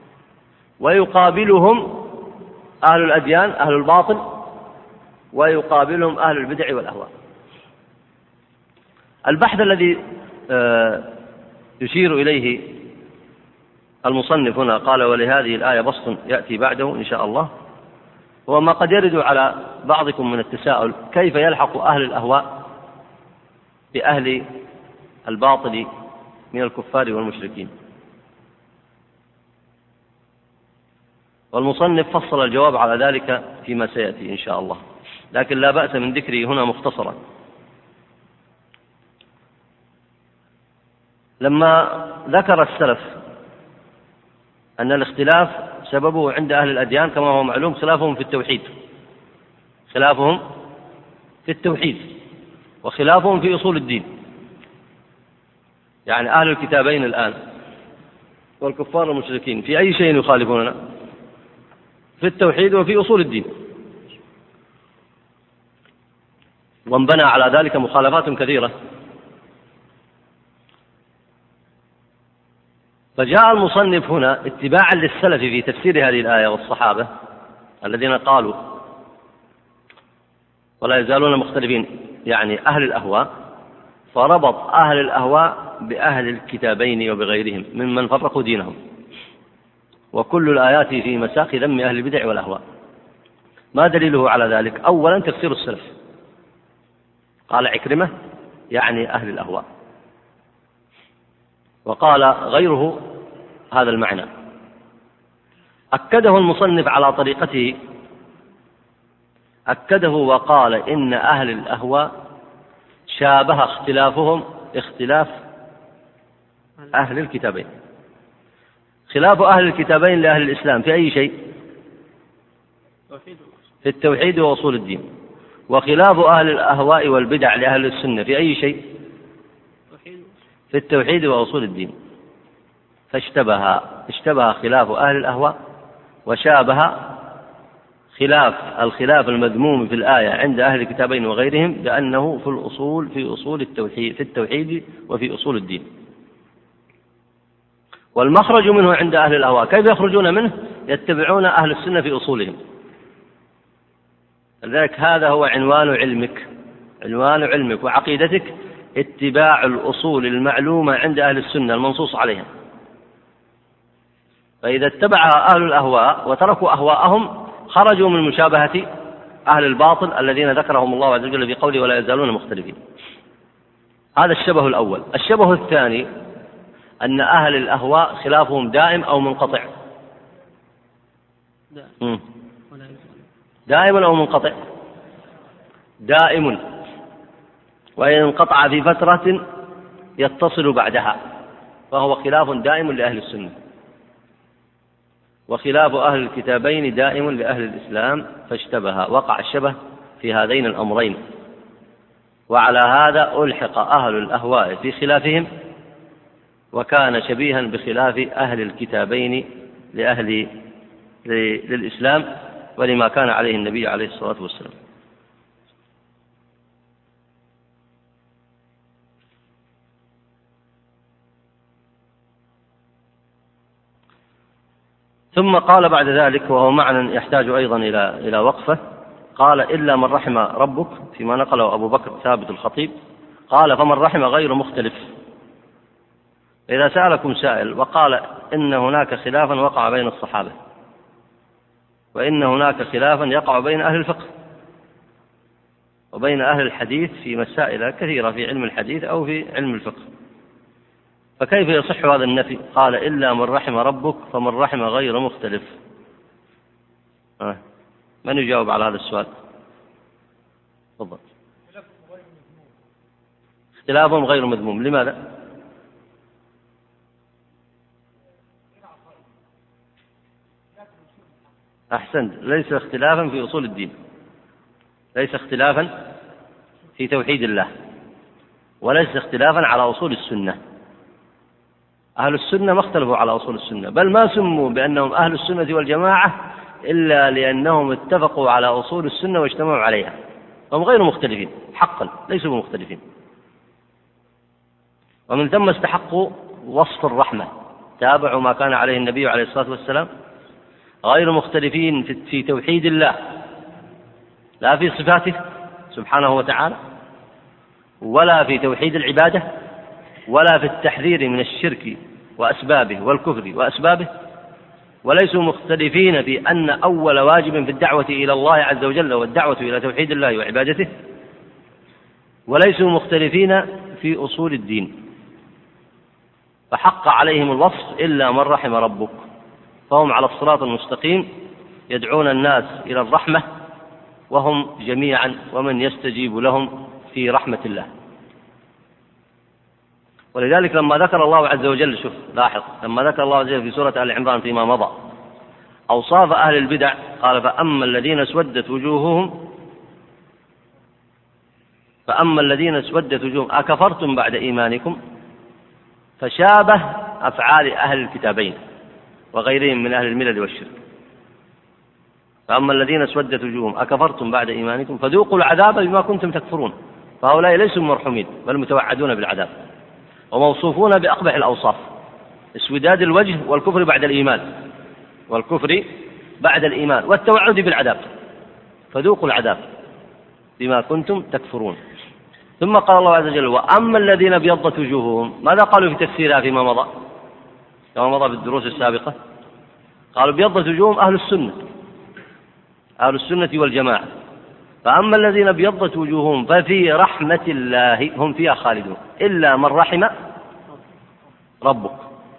ويقابلهم أهل الأديان أهل الباطل، ويقابلهم أهل البدع والأهواء. البحث الذي يشير إليه المصنف هنا قال ولهذه الآية بسط يأتي بعده إن شاء الله، هو ما قد يرد على بعضكم من التساؤل: كيف يلحق أهل الأهواء بأهل الباطل من الكفار والمشركين؟ والمصنف فصل الجواب على ذلك فيما سيأتي إن شاء الله، لكن لا بأس من ذكره هنا مختصرا. لما ذكر السلف أن الاختلاف سببه عند أهل الأديان كما هو معلوم خلافهم في التوحيد وخلافهم في أصول الدين. يعني أهل الكتابين الآن والكفار المشركين في أي شيء يخالفوننا؟ في التوحيد وفي أصول الدين. وانبنى على ذلك مخالفات كثيرة. فجاء المصنف هنا اتباعا للسلف في تفسير هذه الآية والصحابة الذين قالوا ولا يزالون مختلفين، يعني أهل الأهواء، فربط أهل الأهواء بأهل الكتابين وبغيرهم ممن فرقوا دينهم، وكل الآيات في مساق ذم أهل البدع والأهواء. ما دليله على ذلك؟ أولا تفسير السلف، قال عكرمة يعني أهل الأهواء، وقال غيره هذا المعنى. أكده المصنف على طريقته، أكده وقال إن أهل الأهواء شابه اختلافهم اختلاف أهل الكتابين. خلاف أهل الكتابين لأهل الإسلام في أي شيء؟ في التوحيد وأصول الدين. وخلاف أهل الأهواء والبدع لأهل السنة في أي شيء؟ في التوحيد وأصول الدين. فاشتبه خلاف أهل الأهواء وشابه الخلاف المذموم في الآية عند أهل الكتابين وغيرهم بأنه في الأصول في أصول التوحيد، في التوحيد وفي أصول الدين. والمخرج منه عند أهل الأهواء كيف يخرجون منه؟ يتبعون أهل السنة في أصولهم. لذلك هذا هو عنوان علمك وعقيدتك، اتباع الأصول المعلومة عند أهل السنة المنصوص عليها. فإذا اتبع أهل الأهواء وتركوا أهواءهم خرجوا من مشابهة أهل الباطل الذين ذكرهم الله عز وجل في قوله ولا يزالون مختلفين. هذا الشبه الأول. الشبه الثاني أن أهل الأهواء خلافهم دائم أو منقطع؟ دائم أو منقطع؟ دائم، وإن انقطع في فترة يتصل بعدها، فهو خلاف دائم لأهل السنة. وخلاف أهل الكتابين دائم لأهل الإسلام، فاشتبه، وقع الشبه في هذين الأمرين. وعلى هذا ألحق أهل الأهواء في خلافهم، وكان شبيها بخلاف أهل الكتابين للإسلام ولما كان عليه النبي عليه الصلاة والسلام. ثم قال بعد ذلك، وهو معنى يحتاج أيضا إلى وقفة، قال إلا من رحم ربك، فيما نقله أبو بكر ثابت الخطيب قال فمن رحم غير مختلف. إذا سألكم سائل وقال إن هناك خلافا وقع بين الصحابة، وإن هناك خلافا يقع بين أهل الفقه وبين أهل الحديث في مسائل كثيرة في علم الحديث أو في علم الفقه، فكيف يصح هذا النفي؟ قال إلا من رحم ربك فمن رحم غير مختلف. من يجاوب على هذا السؤال؟ تفضل. اختلافهم غير مذموم، لماذا؟ أحسنت، ليس اختلافا في أصول الدين، ليس اختلافا في توحيد الله، وليس اختلافا على أصول السنة. أهل السنة ما اختلفوا على أصول السنة، بل ما سموا بأنهم أهل السنة والجماعة إلا لأنهم اتفقوا على أصول السنة واجتمعوا عليها، هم غير مختلفين حقا، ليسوا مختلفين. ومن ثم استحقوا وصف الرحمة، تابعوا ما كان عليه النبي عليه الصلاة والسلام، غير مختلفين في توحيد الله، لا في صفاته سبحانه وتعالى، ولا في توحيد العبادة، ولا في التحذير من الشرك وأسبابه والكفر وأسبابه، وليسوا مختلفين في أن أول واجب في الدعوة إلى الله عز وجل والدعوة إلى توحيد الله وعبادته، وليسوا مختلفين في أصول الدين. فحق عليهم الوصف إلا من رحم ربك، فهم على الصراط المستقيم يدعون الناس إلى الرحمة، وهم جميعا ومن يستجيب لهم في رحمة الله. ولذلك لما ذكر الله عز وجل، شوف لاحظ، لما ذكر الله عز وجل في سورة آل عمران فيما مضى أوصاف أهل البدع قال فأما الذين اسودت وجوههم أكفرتم بعد إيمانكم، فشابه أفعال أهل الكتابين وغيرهم من أهل الملل والشرك. فأما الذين اسودت وجوههم أكفرتم بعد إيمانكم فذوقوا العذاب بما كنتم تكفرون، فهؤلاء ليسوا مرحومين بل متوعدون بالعذاب وموصوفون بأقبح الأوصاف، اسوداد الوجه والكفر بعد الإيمان، والكفر بعد الإيمان والتوعد بالعذاب، فذوقوا العذاب بما كنتم تكفرون. ثم قال الله عز وجل: وأما الذين ابيضت وجوههم، ماذا قالوا في تفسيرها فيما مضى كما مضى في الدروس السابقة؟ قالوا ابيضت وجوههم أهل السنة، أهل السنة والجماعة. فأما الذين ابيضت وجوههم ففي رحمة الله هم فيها خالدون إلا من رحم ربك.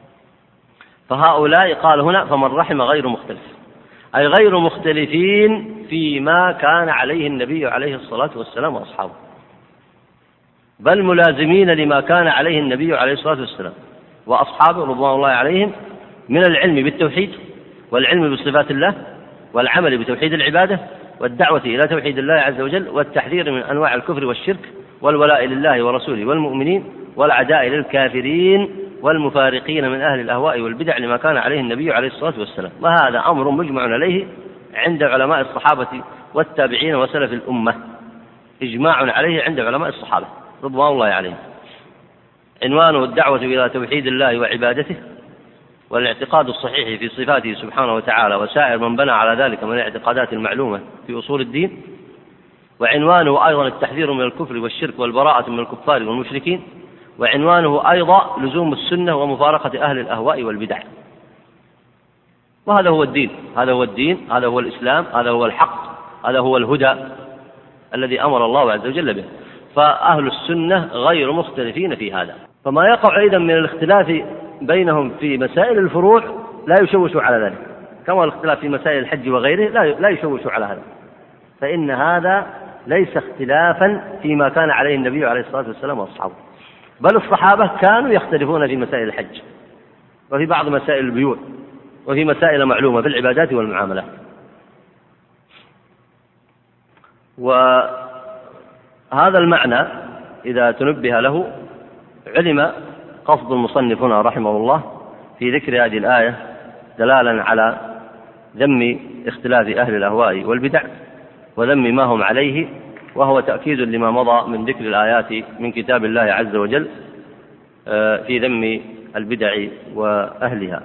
فهؤلاء قال هنا فمن رحم غير مختلف، أي غير مختلفين فيما كان عليه النبي عليه الصلاة والسلام وأصحابه، بل ملازمين لما كان عليه النبي عليه الصلاة والسلام وأصحابه رضوان الله عليهم من العلم بالتوحيد والعلم بصفات الله والعمل بتوحيد العبادة والدعوة إلى توحيد الله عز وجل والتحذير من أنواع الكفر والشرك والولاء لله ورسوله والمؤمنين والعداء للكافرين والمفارقين من أهل الأهواء والبدع لما كان عليه النبي عليه الصلاة والسلام. وهذا أمر مجمع عليه عند علماء الصحابة والتابعين وسلف الأمة، إجماع عليه عند علماء الصحابة رضوان الله عليهم. عنوانه الدعوة إلى توحيد الله وعبادته والاعتقاد الصحيح في صفاته سبحانه وتعالى وسائر من بنى على ذلك من الاعتقادات المعلومة في أصول الدين. وعنوانه أيضا التحذير من الكفر والشرك والبراءة من الكفار والمشركين. وعنوانه أيضا لزوم السنة ومفارقة أهل الأهواء والبدع. وهذا هو الدين، هذا هو الدين، هذا هو الإسلام، هذا هو الحق، هذا هو الهدى الذي أمر الله عز وجل به. فأهل السنة غير مختلفين في هذا. فما يقع أيضا من الاختلاف بينهم في مسائل الفروع لا يشوش على ذلك، كما الاختلاف في مسائل الحج وغيره لا يشوش على هذا، فإن هذا ليس اختلافا فيما كان عليه النبي عليه الصلاة والسلام وأصحابه، بل الصحابة كانوا يختلفون في مسائل الحج وفي بعض مسائل البيوع وفي مسائل معلومة في العبادات والمعاملات. وهذا المعنى إذا تنبه له علم قصد المصنف هنا رحمه الله في ذكر هذه الآية دلالا على ذم اختلاف أهل الأهواء والبدع وذم ما هم عليه، وهو تأكيد لما مضى من ذكر الآيات من كتاب الله عز وجل في ذم البدع وأهلها.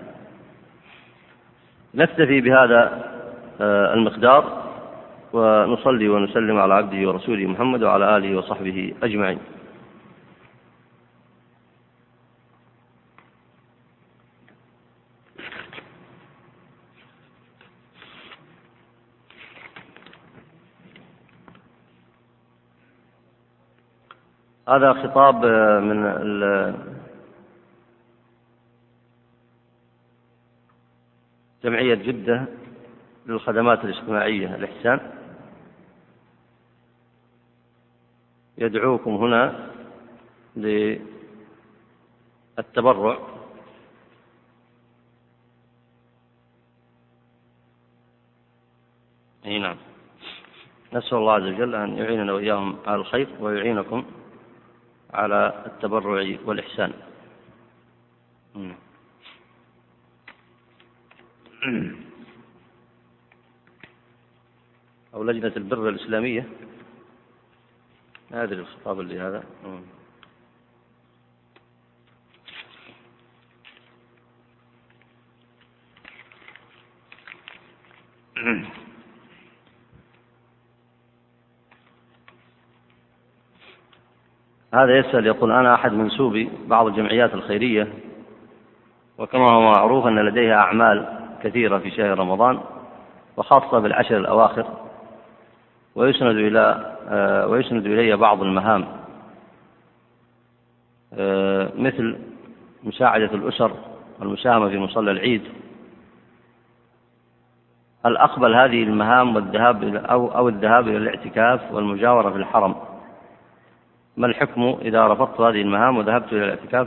نكتفي بهذا المقدار ونصلي ونسلم على عبده ورسوله محمد وعلى آله وصحبه أجمعين. هذا خطاب من جمعية جدة للخدمات الاجتماعية الإحسان، يدعوكم هنا للتبرع نعم. نسأل الله عز وجل أن يعيننا وإياهم على الخير ويعينكم على التبرع والإحسان. أو لجنة البر الإسلامية، ما أدري الخطاب اللي هذا. هذا يسأل يقول: أنا أحد منسوبي بعض الجمعيات الخيرية، وكما هو معروف أن لديها أعمال كثيرة في شهر رمضان وخاصة بالعشر الأواخر، ويسند إلي بعض المهام مثل مساعدة الأسر والمساهمة في مصلى العيد. هل أقبل هذه المهام والذهاب أو الذهاب إلى الاعتكاف والمجاورة في الحرم؟ ما الحكم إذا رفضت هذه المهام وذهبت إلى الاعتكاف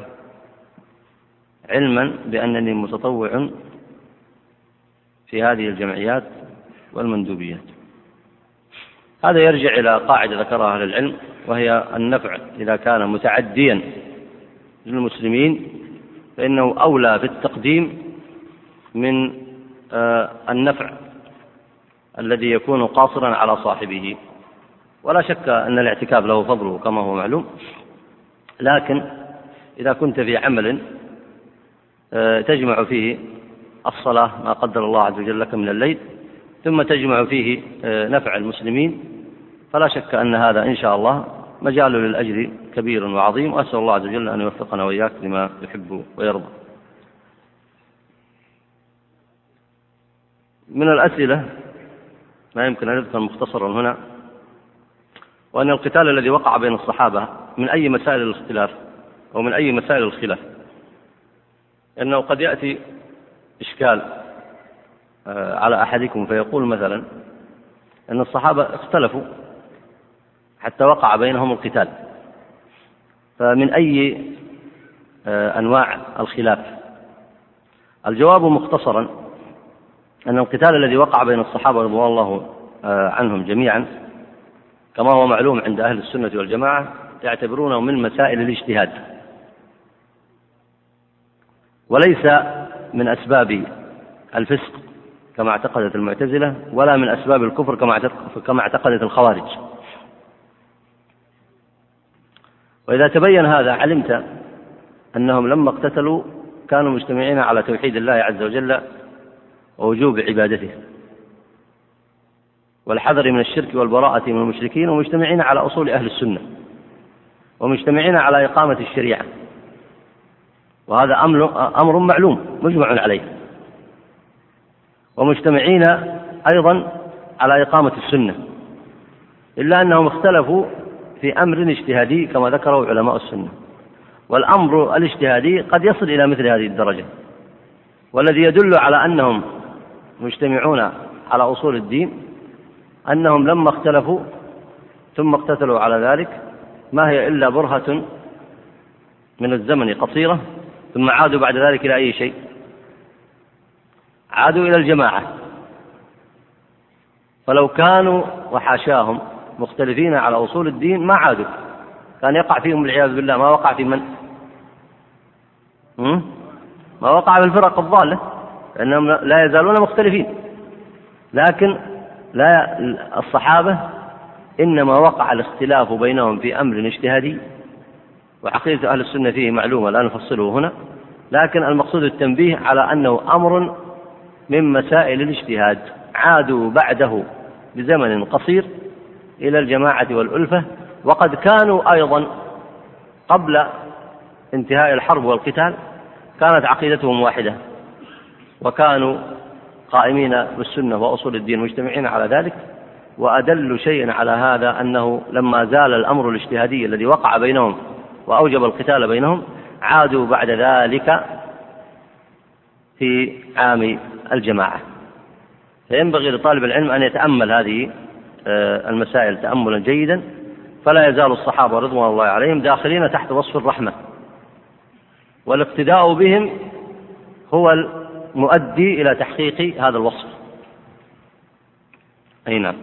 علما بأنني متطوع في هذه الجمعيات والمندوبيات؟ هذا يرجع إلى قاعدة ذكرها أهل العلم، وهي النفع إذا كان متعديا للمسلمين فإنه أولى في التقديم من النفع الذي يكون قاصرا على صاحبه. ولا شك أن الاعتكاف له فضله كما هو معلوم، لكن إذا كنت في عمل تجمع فيه الصلاة ما قدر الله عز وجل لك من الليل، ثم تجمع فيه نفع المسلمين، فلا شك أن هذا إن شاء الله مجال للأجر كبير وعظيم، وأسأل الله عز وجل أن يوفقنا وإياك لما يحب ويرضى. من الأسئلة ما يمكن أن يذكر مختصرا هنا، وأن القتال الذي وقع بين الصحابة من أي مسائل الاختلاف أو من أي مسائل الخلاف، إنه قد يأتي إشكال على أحدكم فيقول مثلا أن الصحابة اختلفوا حتى وقع بينهم القتال، فمن أي أنواع الخلاف؟ الجواب مختصرا أن القتال الذي وقع بين الصحابة رضوان الله عنهم جميعا كما هو معلوم عند أهل السنة والجماعة يعتبرونه من مسائل الاجتهاد، وليس من أسباب الفسق كما اعتقدت المعتزلة، ولا من أسباب الكفر كما اعتقدت الخوارج. وإذا تبين هذا علمت أنهم لما اقتتلوا كانوا مجتمعين على توحيد الله عز وجل ووجوب عبادته والحذر من الشرك والبراءة من المشركين، ومجتمعين على أصول أهل السنة، ومجتمعين على إقامة الشريعة، وهذا أمر معلوم مجمع عليه، ومجتمعين أيضا على إقامة السنة، إلا أنهم اختلفوا في أمر اجتهادي كما ذكروا علماء السنة، والأمر الاجتهادي قد يصل إلى مثل هذه الدرجة. والذي يدل على أنهم مجتمعون على أصول الدين أنهم لما اختلفوا ثم اقتتلوا على ذلك ما هي إلا برهة من الزمن قصيرة، ثم عادوا بعد ذلك إلى أي شيء؟ عادوا إلى الجماعة. فلو كانوا وحاشاهم مختلفين على أصول الدين ما عادوا، كان يقع فيهم والعياذ بالله ما وقع في من؟ ما وقع في الفرق الضالة، لأنهم لا يزالون مختلفين. لكن لا، الصحابة إنما وقع الاختلاف بينهم في أمر اجتهادي، وعقيدة أهل السنة فيه معلومة لا نفصله هنا، لكن المقصود التنبيه على أنه أمر من مسائل الاجتهاد، عادوا بعده بزمن قصير إلى الجماعة والألفة. وقد كانوا أيضا قبل انتهاء الحرب والقتال كانت عقيدتهم واحدة، وكانوا قائمين بالسنة وأصول الدين مجتمعين على ذلك. وأدل شيء على هذا أنه لما زال الأمر الاجتهادي الذي وقع بينهم وأوجب القتال بينهم عادوا بعد ذلك في عام الجماعة. فينبغي لطالب العلم أن يتأمل هذه المسائل تأملا جيدا، فلا يزال الصحابة رضوان الله عليهم داخلين تحت وصف الرحمة، والاقتداء بهم هو المؤدي إلى تحقيق هذا الوصف. أي نعم.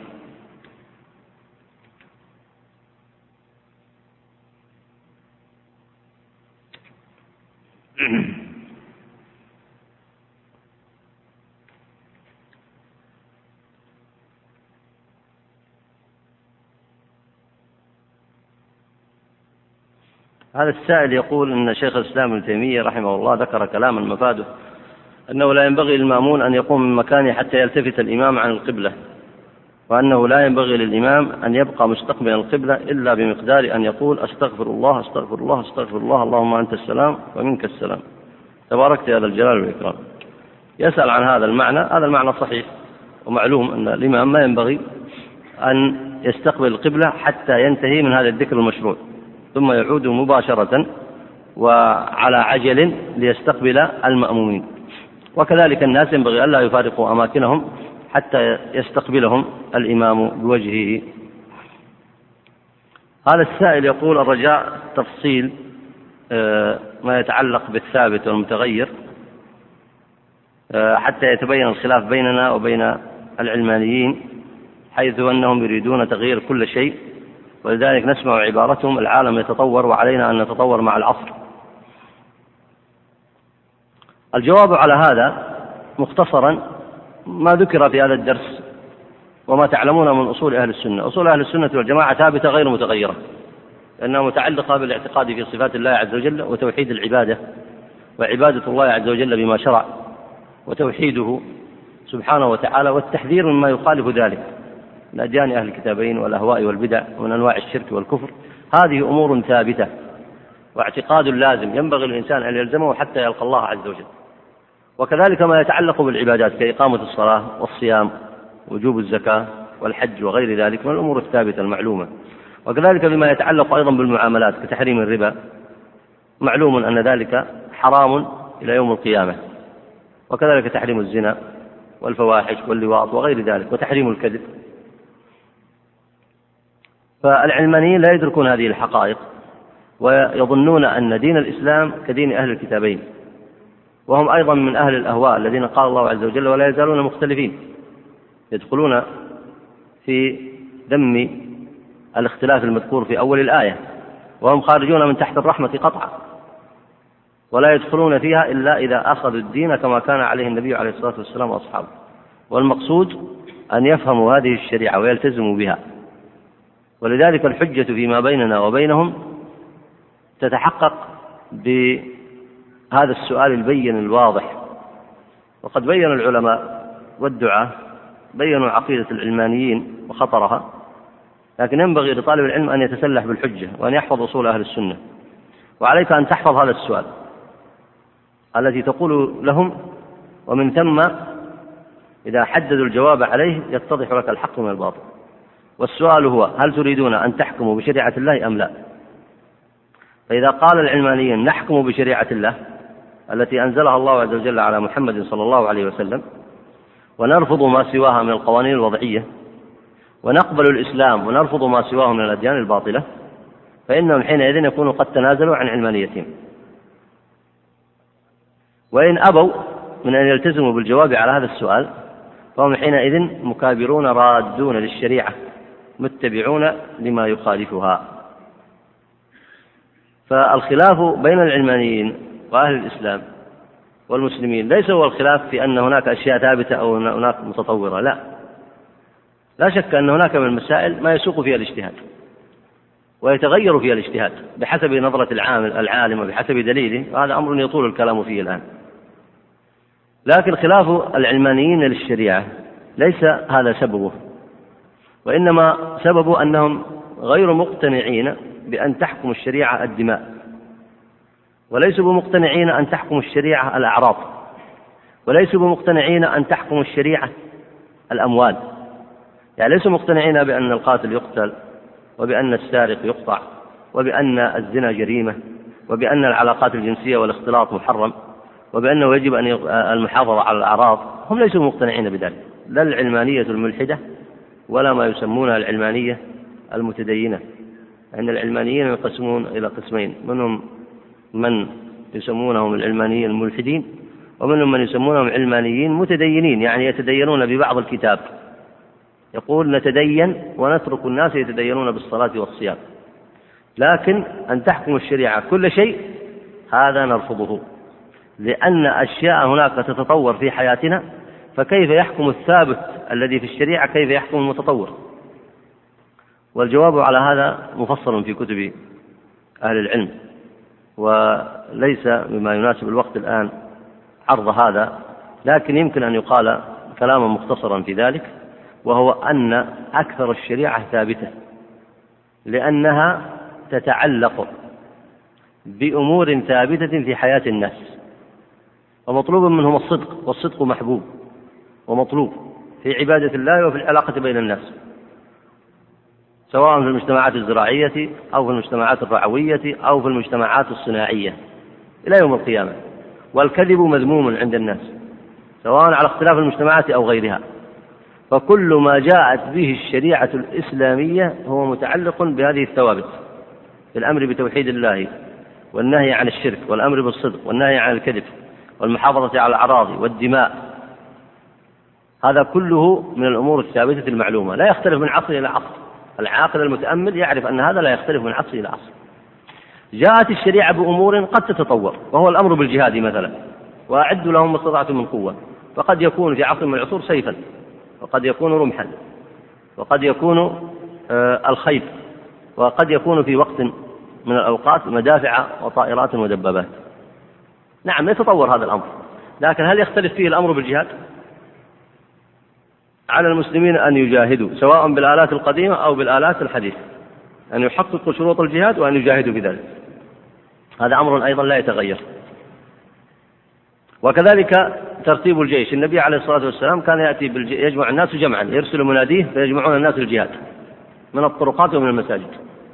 هذا السائل يقول أن شيخ الإسلام ابن تيمية رحمه الله ذكر كلاما مفاده أنه لا ينبغي للمأمون أن يقوم من مكانه حتى يلتفت الإمام عن القبلة، وأنه لا ينبغي للإمام أن يبقى مستقبلا القبلة إلا بمقدار أن يقول أستغفر الله أستغفر الله أستغفر الله اللهم أنت السلام ومنك السلام تباركت يا ذا الجلال والإكرام. يسأل عن هذا المعنى. هذا المعنى صحيح ومعلوم أن الإمام ما ينبغي أن يستقبل القبلة حتى ينتهي من هذا الذكر المشروع، ثم يعود مباشرة وعلى عجل ليستقبل المأمومين. وكذلك الناس ينبغي ألا يفارقوا أماكنهم حتى يستقبلهم الإمام بوجهه. هذا السائل يقول الرجاء تفصيل ما يتعلق بالثابت والمتغير حتى يتبين الخلاف بيننا وبين العلمانيين، حيث أنهم يريدون تغيير كل شيء، ولذلك نسمع عبارتهم العالم يتطور وعلينا أن نتطور مع العصر. الجواب على هذا مختصرا ما ذكر في هذا الدرس وما تعلمون من أصول أهل السنة. أصول أهل السنة والجماعة ثابتة غير متغيرة، لأنها متعلقة بالاعتقاد في صفات الله عز وجل وتوحيد العبادة وعبادة الله عز وجل بما شرع وتوحيده سبحانه وتعالى والتحذير مما يخالف ذلك من أديان أهل الكتابين والأهواء والبدع ومن أنواع الشرك والكفر. هذه أمور ثابتة واعتقاد لازم ينبغي الإنسان أن يلزمه حتى يلقى الله عز وجل. وكذلك ما يتعلق بالعبادات كإقامة الصلاة والصيام ووجوب الزكاة والحج وغير ذلك من الأمور الثابتة المعلومة. وكذلك بما يتعلق أيضا بالمعاملات كتحريم الربا، معلوم أن ذلك حرام إلى يوم القيامة، وكذلك تحريم الزنا والفواحش واللواط وغير ذلك، وتحريم الكذب. فالعلمانيين لا يدركون هذه الحقائق ويظنون أن دين الإسلام كدين أهل الكتابين، وهم أيضا من أهل الأهواء الذين قال الله عز وجل ولا يزالون مختلفين، يدخلون في ذم الاختلاف المذكور في أول الآية، وهم خارجون من تحت الرحمة قطعا، ولا يدخلون فيها إلا إذا أخذوا الدين كما كان عليه النبي عليه الصلاة والسلام وأصحابه. والمقصود أن يفهموا هذه الشريعة ويلتزموا بها. ولذلك الحجة فيما بيننا وبينهم تتحقق بهذا السؤال البين الواضح. وقد بين العلماء والدعاة بينوا عقيدة العلمانيين وخطرها، لكن ينبغي لطالب العلم أن يتسلح بالحجة وأن يحفظ أصول أهل السنة. وعليك أن تحفظ هذا السؤال التي تقول لهم، ومن ثم إذا حددوا الجواب عليه يتضح لك الحق من الباطل. والسؤال هو: هل تريدون أن تحكموا بشريعة الله أم لا؟ فإذا قال العلمانيين نحكم بشريعة الله التي أنزلها الله عز وجل على محمد صلى الله عليه وسلم، ونرفض ما سواها من القوانين الوضعية، ونقبل الإسلام ونرفض ما سواه من الأديان الباطلة، فإنهم حينئذ يكونوا قد تنازلوا عن علمانيتهم. وإن أبوا من أن يلتزموا بالجواب على هذا السؤال فهم حينئذ مكابرون رادون للشريعة متبعون لما يخالفها. فالخلاف بين العلمانيين وأهل الإسلام والمسلمين ليس هو الخلاف في أن هناك أشياء ثابتة أو هناك متطورة، لا شك أن هناك من المسائل ما يسوق فيها الاجتهاد ويتغير فيها الاجتهاد بحسب نظرة العالم وبحسب دليله، وهذا أمر يطول الكلام فيه الآن. لكن خلاف العلمانيين للشريعة ليس هذا سببه، وإنما سببه أنهم غير مقتنعين بأن تحكم الشريعة الدماء، وليسوا بمقتنعين أن تحكم الشريعة الأعراض، وليسوا بمقتنعين أن تحكم الشريعة الأموال. يعني ليسوا مقتنعين بأن القاتل يقتل، وبأن السارق يقطع، وبأن الزنا جريمة، وبأن العلاقات الجنسية والاختلاط محرم، وبأنه يجب أن المحافظة على الأعراض. هم ليسوا مقتنعين بذلك، لا العلمانية الملحدة ولا ما يسمونها العلمانية المتدينة. أن العلمانيين ينقسمون إلى قسمين: منهم من يسمونهم العلمانيين الملحدين، ومنهم من يسمونهم علمانيين متدينين، يعني يتدينون ببعض الكتاب، يقول نتدين ونترك الناس يتدينون بالصلاة والصيام، لكن أن تحكم الشريعة كل شيء هذا نرفضه، لأن أشياء هناك تتطور في حياتنا، فكيف يحكم الثابت الذي في الشريعة كيف يحكم المتطور؟ والجواب على هذا مفصل في كتب أهل العلم، وليس بما يناسب الوقت الآن عرض هذا، لكن يمكن أن يقال كلاما مختصرا في ذلك، وهو أن أكثر الشريعة ثابتة لأنها تتعلق بأمور ثابتة في حياة الناس، ومطلوب منهم الصدق، والصدق محبوب ومطلوب في عبادة الله وفي العلاقة بين الناس، سواء في المجتمعات الزراعية أو في المجتمعات الرعوية أو في المجتمعات الصناعية إلى يوم القيامة. والكذب مذموم عند الناس سواء على اختلاف المجتمعات أو غيرها. فكل ما جاءت به الشريعة الإسلامية هو متعلق بهذه الثوابت: الأمر بتوحيد الله، والنهي عن الشرك، والأمر بالصدق، والنهي عن الكذب، والمحافظة على الأعراض والدماء. هذا كله من الأمور الثابتة المعلومة، لا يختلف من عصر إلى عصر. العاقل المتأمل يعرف أن هذا لا يختلف من عصر إلى عصر. جاءت الشريعة بأمور قد تتطور، وهو الأمر بالجهاد مثلا: وأعدوا لهم ما استطعتم من قوة، فقد يكون في عصر من العصور سيفا، وقد يكون رمحا، وقد يكون الخيل، وقد يكون في وقت من الأوقات مدافع وطائرات ودبابات. نعم يتطور هذا الأمر، لكن هل يختلف فيه الأمر بالجهاد؟ على المسلمين أن يجاهدوا سواء بالآلات القديمة أو بالآلات الحديثة، أن يحققوا شروط الجهاد وأن يجاهدوا بذلك، هذا أمر أيضا لا يتغير. وكذلك ترتيب الجيش، النبي عليه الصلاة والسلام كان يأتي يجمع الناس جمعا، يرسل مناديه فيجمعون الناس الجهاد من الطرقات ومن المساجد.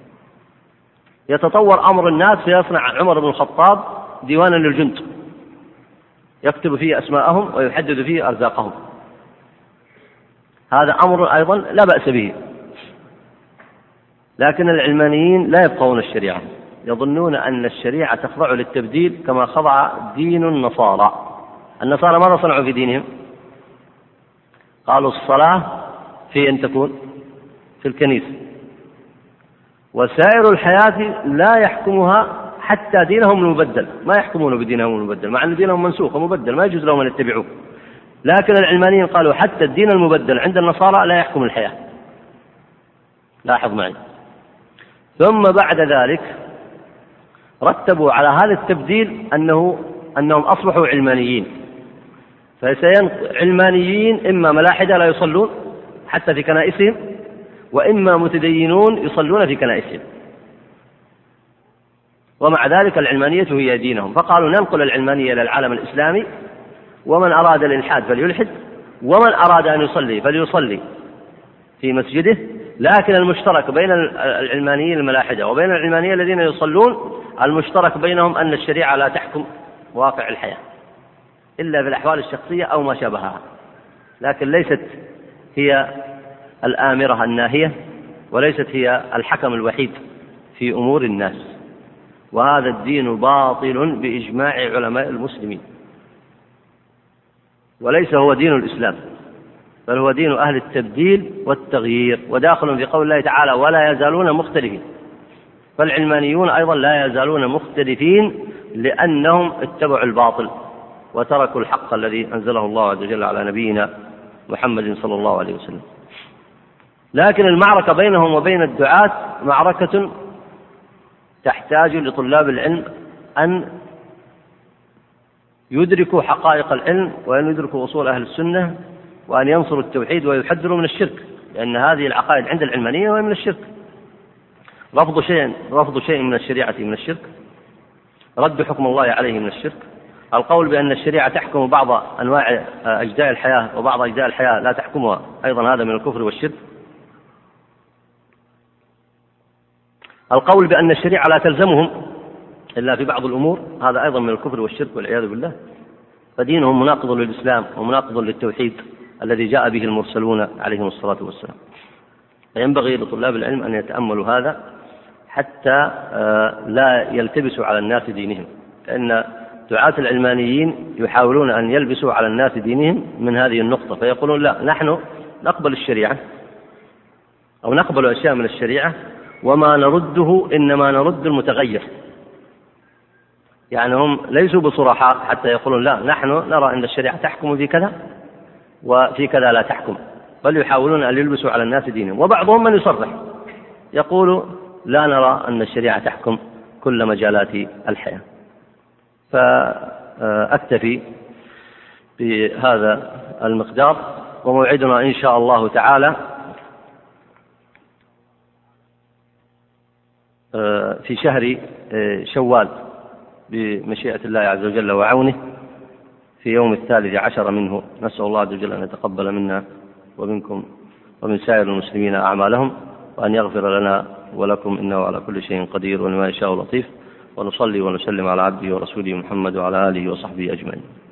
يتطور أمر الناس فيصنع عمر بن الخطاب ديوانا للجند يكتب فيه أسماءهم ويحدد فيه أرزاقهم، هذا أمر أيضا لا بأس به. لكن العلمانيين لا يبقون الشريعة، يظنون أن الشريعة تخضع للتبديل كما خضع دين النصارى. النصارى ماذا صنعوا في دينهم؟ قالوا الصلاة في أن تكون في الكنيسة، وسائر الحياة لا يحكمها حتى دينهم المبدل، ما يحكمون بدينهم المبدل، مع أن دينهم منسوخ ومبدل ما يجوز لهم أن يتبعوه. لكن العلمانيين قالوا حتى الدين المبدل عند النصارى لا يحكم الحياة. لاحظ معي. ثم بعد ذلك رتبوا على هذا التبديل أنهم أصبحوا علمانيين، علمانيين إما ملاحدة لا يصلون حتى في كنائسهم، وإما متدينون يصلون في كنائسهم، ومع ذلك العلمانية هي دينهم. فقالوا ننقل العلمانية إلى العالم الإسلامي، ومن أراد الإلحاد فليلحد، ومن أراد أن يصلي فليصلي في مسجده. لكن المشترك بين العلمانيين الملاحدة وبين العلمانيين الذين يصلون، المشترك بينهم أن الشريعة لا تحكم واقع الحياة إلا في الأحوال الشخصية أو ما شابهها، لكن ليست هي الآمرة الناهية، وليست هي الحكم الوحيد في أمور الناس. وهذا الدين باطل بإجماع علماء المسلمين، وليس هو دين الإسلام، بل هو دين أهل التبديل والتغيير، وداخل في قول الله تعالى ولا يزالون مختلفين. فالعلمانيون أيضا لا يزالون مختلفين لأنهم اتبعوا الباطل وتركوا الحق الذي أنزله الله عز وجل على نبينا محمد صلى الله عليه وسلم. لكن المعركة بينهم وبين الدعاة معركة تحتاج لطلاب العلم أن يدركوا حقائق العلم، وأن يدركوا أصول أهل السنة، وأن ينصروا التوحيد ويحذروا من الشرك، لأن هذه العقائد عند العلمانية وهي من الشرك. رفض شيء من الشريعة من الشرك، رد حكم الله عليه من الشرك، القول بأن الشريعة تحكم بعض أنواع أجزاء الحياة وبعض أجزاء الحياة لا تحكمها، أيضا هذا من الكفر والشرك. القول بأن الشريعة لا تلزمهم إلا في بعض الأمور، هذا أيضا من الكفر والشرك والعياذ بالله. فدينهم مناقض للإسلام ومناقض للتوحيد الذي جاء به المرسلون عليهم الصلاة والسلام. فينبغي لطلاب العلم أن يتأملوا هذا حتى لا يلتبسوا على الناس دينهم، لأن دعاة العلمانيين يحاولون أن يلبسوا على الناس دينهم من هذه النقطة، فيقولون لا نحن نقبل الشريعة أو نقبل أشياء من الشريعة، وما نرده إنما نرد المتغير. يعني هم ليسوا بصراحة حتى يقولون لا نحن نرى أن الشريعة تحكم في كذا وفي كذا لا تحكم، بل يحاولون أن يلبسوا على الناس دينهم. وبعضهم من يصرح يقول لا نرى أن الشريعة تحكم كل مجالات الحياة. فأكتفي بهذا المقدار، وموعدنا إن شاء الله تعالى في شهر شوال بمشيئة الله عز وجل وعونه في يوم 13 منه. نسأل الله عز وجل أن يتقبل منا ومنكم ومن سائر المسلمين أعمالهم، وأن يغفر لنا ولكم إنه على كل شيء قدير ولما يشاء لطيف. ونصلي ونسلم على عبده ورسوله محمد وعلى آله وصحبه أجمعين.